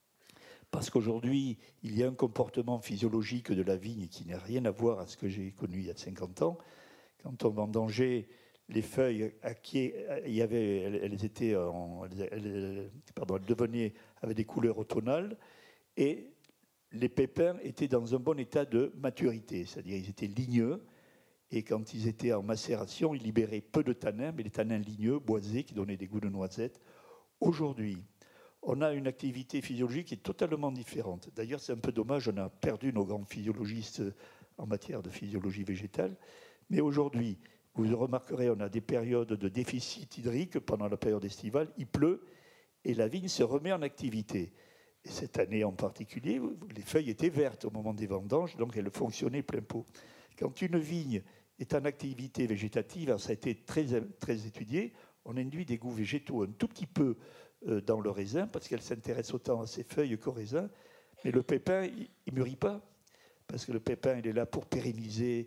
parce qu'aujourd'hui, il y a un comportement physiologique de la vigne qui n'a rien à voir à ce que j'ai connu il y a cinquante ans. Quand on vendangeait les feuilles, à qui, il y avait, elles, étaient en, elles, pardon, elles devenaient avec des couleurs automnales, et les pépins étaient dans un bon état de maturité, c'est-à-dire ils étaient ligneux, et quand ils étaient en macération, ils libéraient peu de tanins, mais les tanins ligneux, boisés, qui donnaient des goûts de noisette. Aujourd'hui, on a une activité physiologique qui est totalement différente. D'ailleurs, c'est un peu dommage, on a perdu nos grands physiologistes en matière de physiologie végétale. Mais aujourd'hui, vous remarquerez, on a des périodes de déficit hydrique pendant la période estivale, il pleut et la vigne se remet en activité. Et cette année en particulier, les feuilles étaient vertes au moment des vendanges, donc elles fonctionnaient plein pot. Quand une vigne est en activité végétative, ça a été très, très étudié, on induit des goûts végétaux un tout petit peu dans le raisin, parce qu'elle s'intéresse autant à ses feuilles qu'au raisin, mais le pépin, il ne mûrit pas, parce que le pépin, il est là pour pérenniser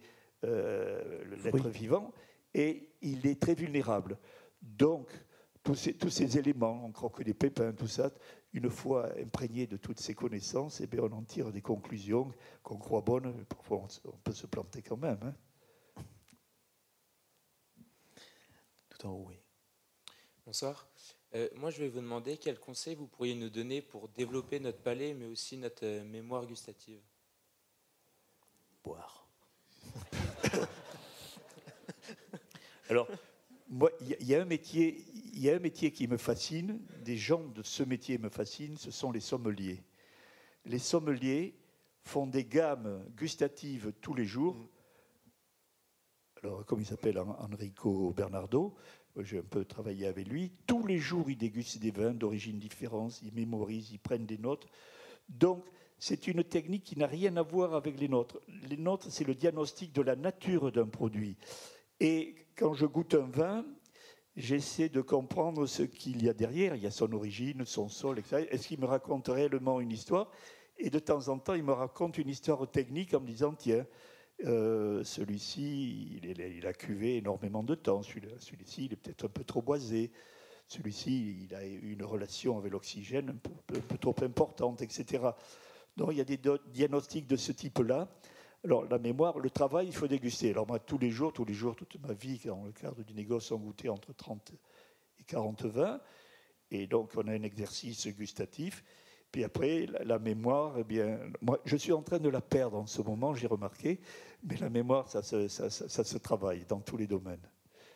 euh, l'être oui. vivant, et il est très vulnérable. Donc, tous ces, tous ces éléments, on croque des pépins, tout ça, une fois imprégné de toutes ces connaissances, eh bien, on en tire des conclusions qu'on croit bonnes, mais parfois on, on peut se planter quand même. Hein. Tout en haut, oui. Bonsoir. Euh, moi, je vais vous demander quels conseils vous pourriez nous donner pour développer notre palais, mais aussi notre euh, mémoire gustative. Boire. Alors, moi, il y, y a un métier, il y a un métier qui me fascine. Des gens de ce métier me fascinent. Ce sont les sommeliers. Les sommeliers font des gammes gustatives tous les jours. Mm. Alors, comme il s'appelle, Enrico Bernardo. J'ai un peu travaillé avec lui. Tous les jours, ils dégustent des vins d'origine différente, ils mémorisent, ils prennent des notes. Donc, c'est une technique qui n'a rien à voir avec les nôtres. Les nôtres, c'est le diagnostic de la nature d'un produit. Et quand je goûte un vin, j'essaie de comprendre ce qu'il y a derrière. Il y a son origine, son sol, et cetera. Est-ce qu'il me raconte réellement une histoire? Et de temps en temps, il me raconte une histoire technique en me disant, tiens, Euh, celui-ci, il, est, il a cuvé énormément de temps. Celui-là, celui-ci, il est peut-être un peu trop boisé. Celui-ci, il a eu une relation avec l'oxygène un peu, un peu trop importante, et cetera. Donc, il y a des do- diagnostics de ce type-là. Alors, la mémoire, le travail, il faut déguster. Alors, moi, tous les jours, tous les jours, toute ma vie, dans le cadre du négoce, on goûtait entre trente et quarante vins. Et donc, on a un exercice gustatif. Puis après, la, la mémoire, eh bien, moi, je suis en train de la perdre en ce moment, j'ai remarqué. Mais la mémoire, ça se, ça, ça, ça se travaille dans tous les domaines.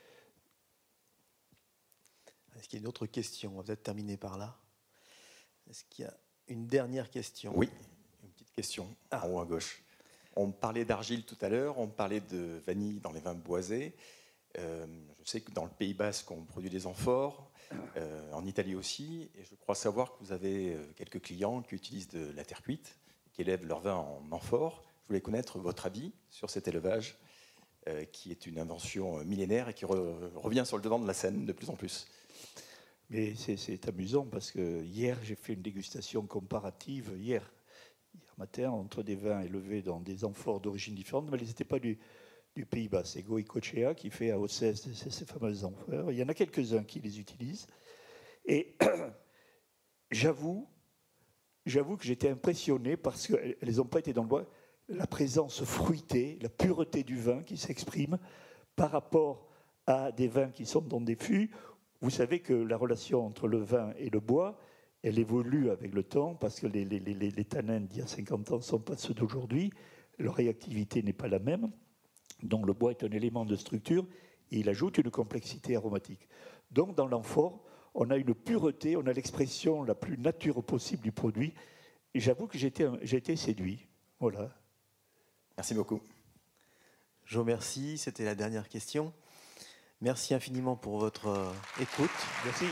Est-ce qu'il y a une autre question? On va peut-être terminer par là. Est-ce qu'il y a une dernière question? Oui, une petite question ah. en haut à gauche. On parlait d'argile tout à l'heure, on parlait de vanille dans les vins boisés. Euh, je sais que dans le Pays Basque, on produit des amphores, euh, en Italie aussi, et je crois savoir que vous avez quelques clients qui utilisent de la terre cuite, qui élèvent leur vin en amphore. Je voulais connaître votre avis sur cet élevage, euh, qui est une invention millénaire et qui re- revient sur le devant de la scène de plus en plus. Mais c'est, c'est amusant parce que hier, j'ai fait une dégustation comparative, hier, hier matin, entre des vins élevés dans des amphores d'origine différente, mais ils n'étaient pas du, du Pays Bas. C'est Goicoechea qui fait à Ossès ces, ces fameuses amphores. Il y en a quelques-uns qui les utilisent. Et j'avoue, j'avoue que j'étais impressionné parce qu'elles n'ont pas été dans le bois. La présence fruitée, la pureté du vin qui s'exprime par rapport à des vins qui sont dans des fûts. Vous savez que la relation entre le vin et le bois, elle évolue avec le temps parce que les, les, les, les tanins d'il y a cinquante ans ne sont pas ceux d'aujourd'hui. Leur réactivité n'est pas la même. Donc le bois est un élément de structure et il ajoute une complexité aromatique. Donc dans l'amphore, on a une pureté, on a l'expression la plus nature possible du produit. Et j'avoue que j'ai été, j'ai été séduit. Voilà. Merci beaucoup. Je vous remercie. C'était la dernière question. Merci infiniment pour votre euh, écoute. Merci.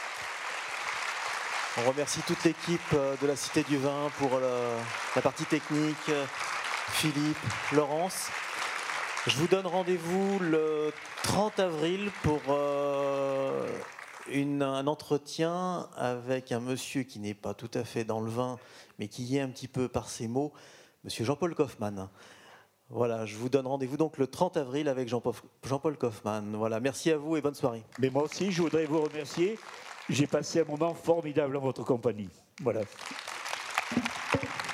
On remercie toute l'équipe euh, de la Cité du Vin pour euh, la partie technique, euh, Philippe, Laurence. Je vous donne rendez-vous le trente avril pour euh, une, un entretien avec un monsieur qui n'est pas tout à fait dans le vin, mais qui y est un petit peu par ses mots, monsieur Jean-Paul Kaufmann. Voilà, je vous donne rendez-vous donc le trente avril avec Jean-Paul Kaufmann. Voilà, merci à vous et bonne soirée. Mais moi aussi, je voudrais vous remercier. J'ai passé un moment formidable en votre compagnie. Voilà.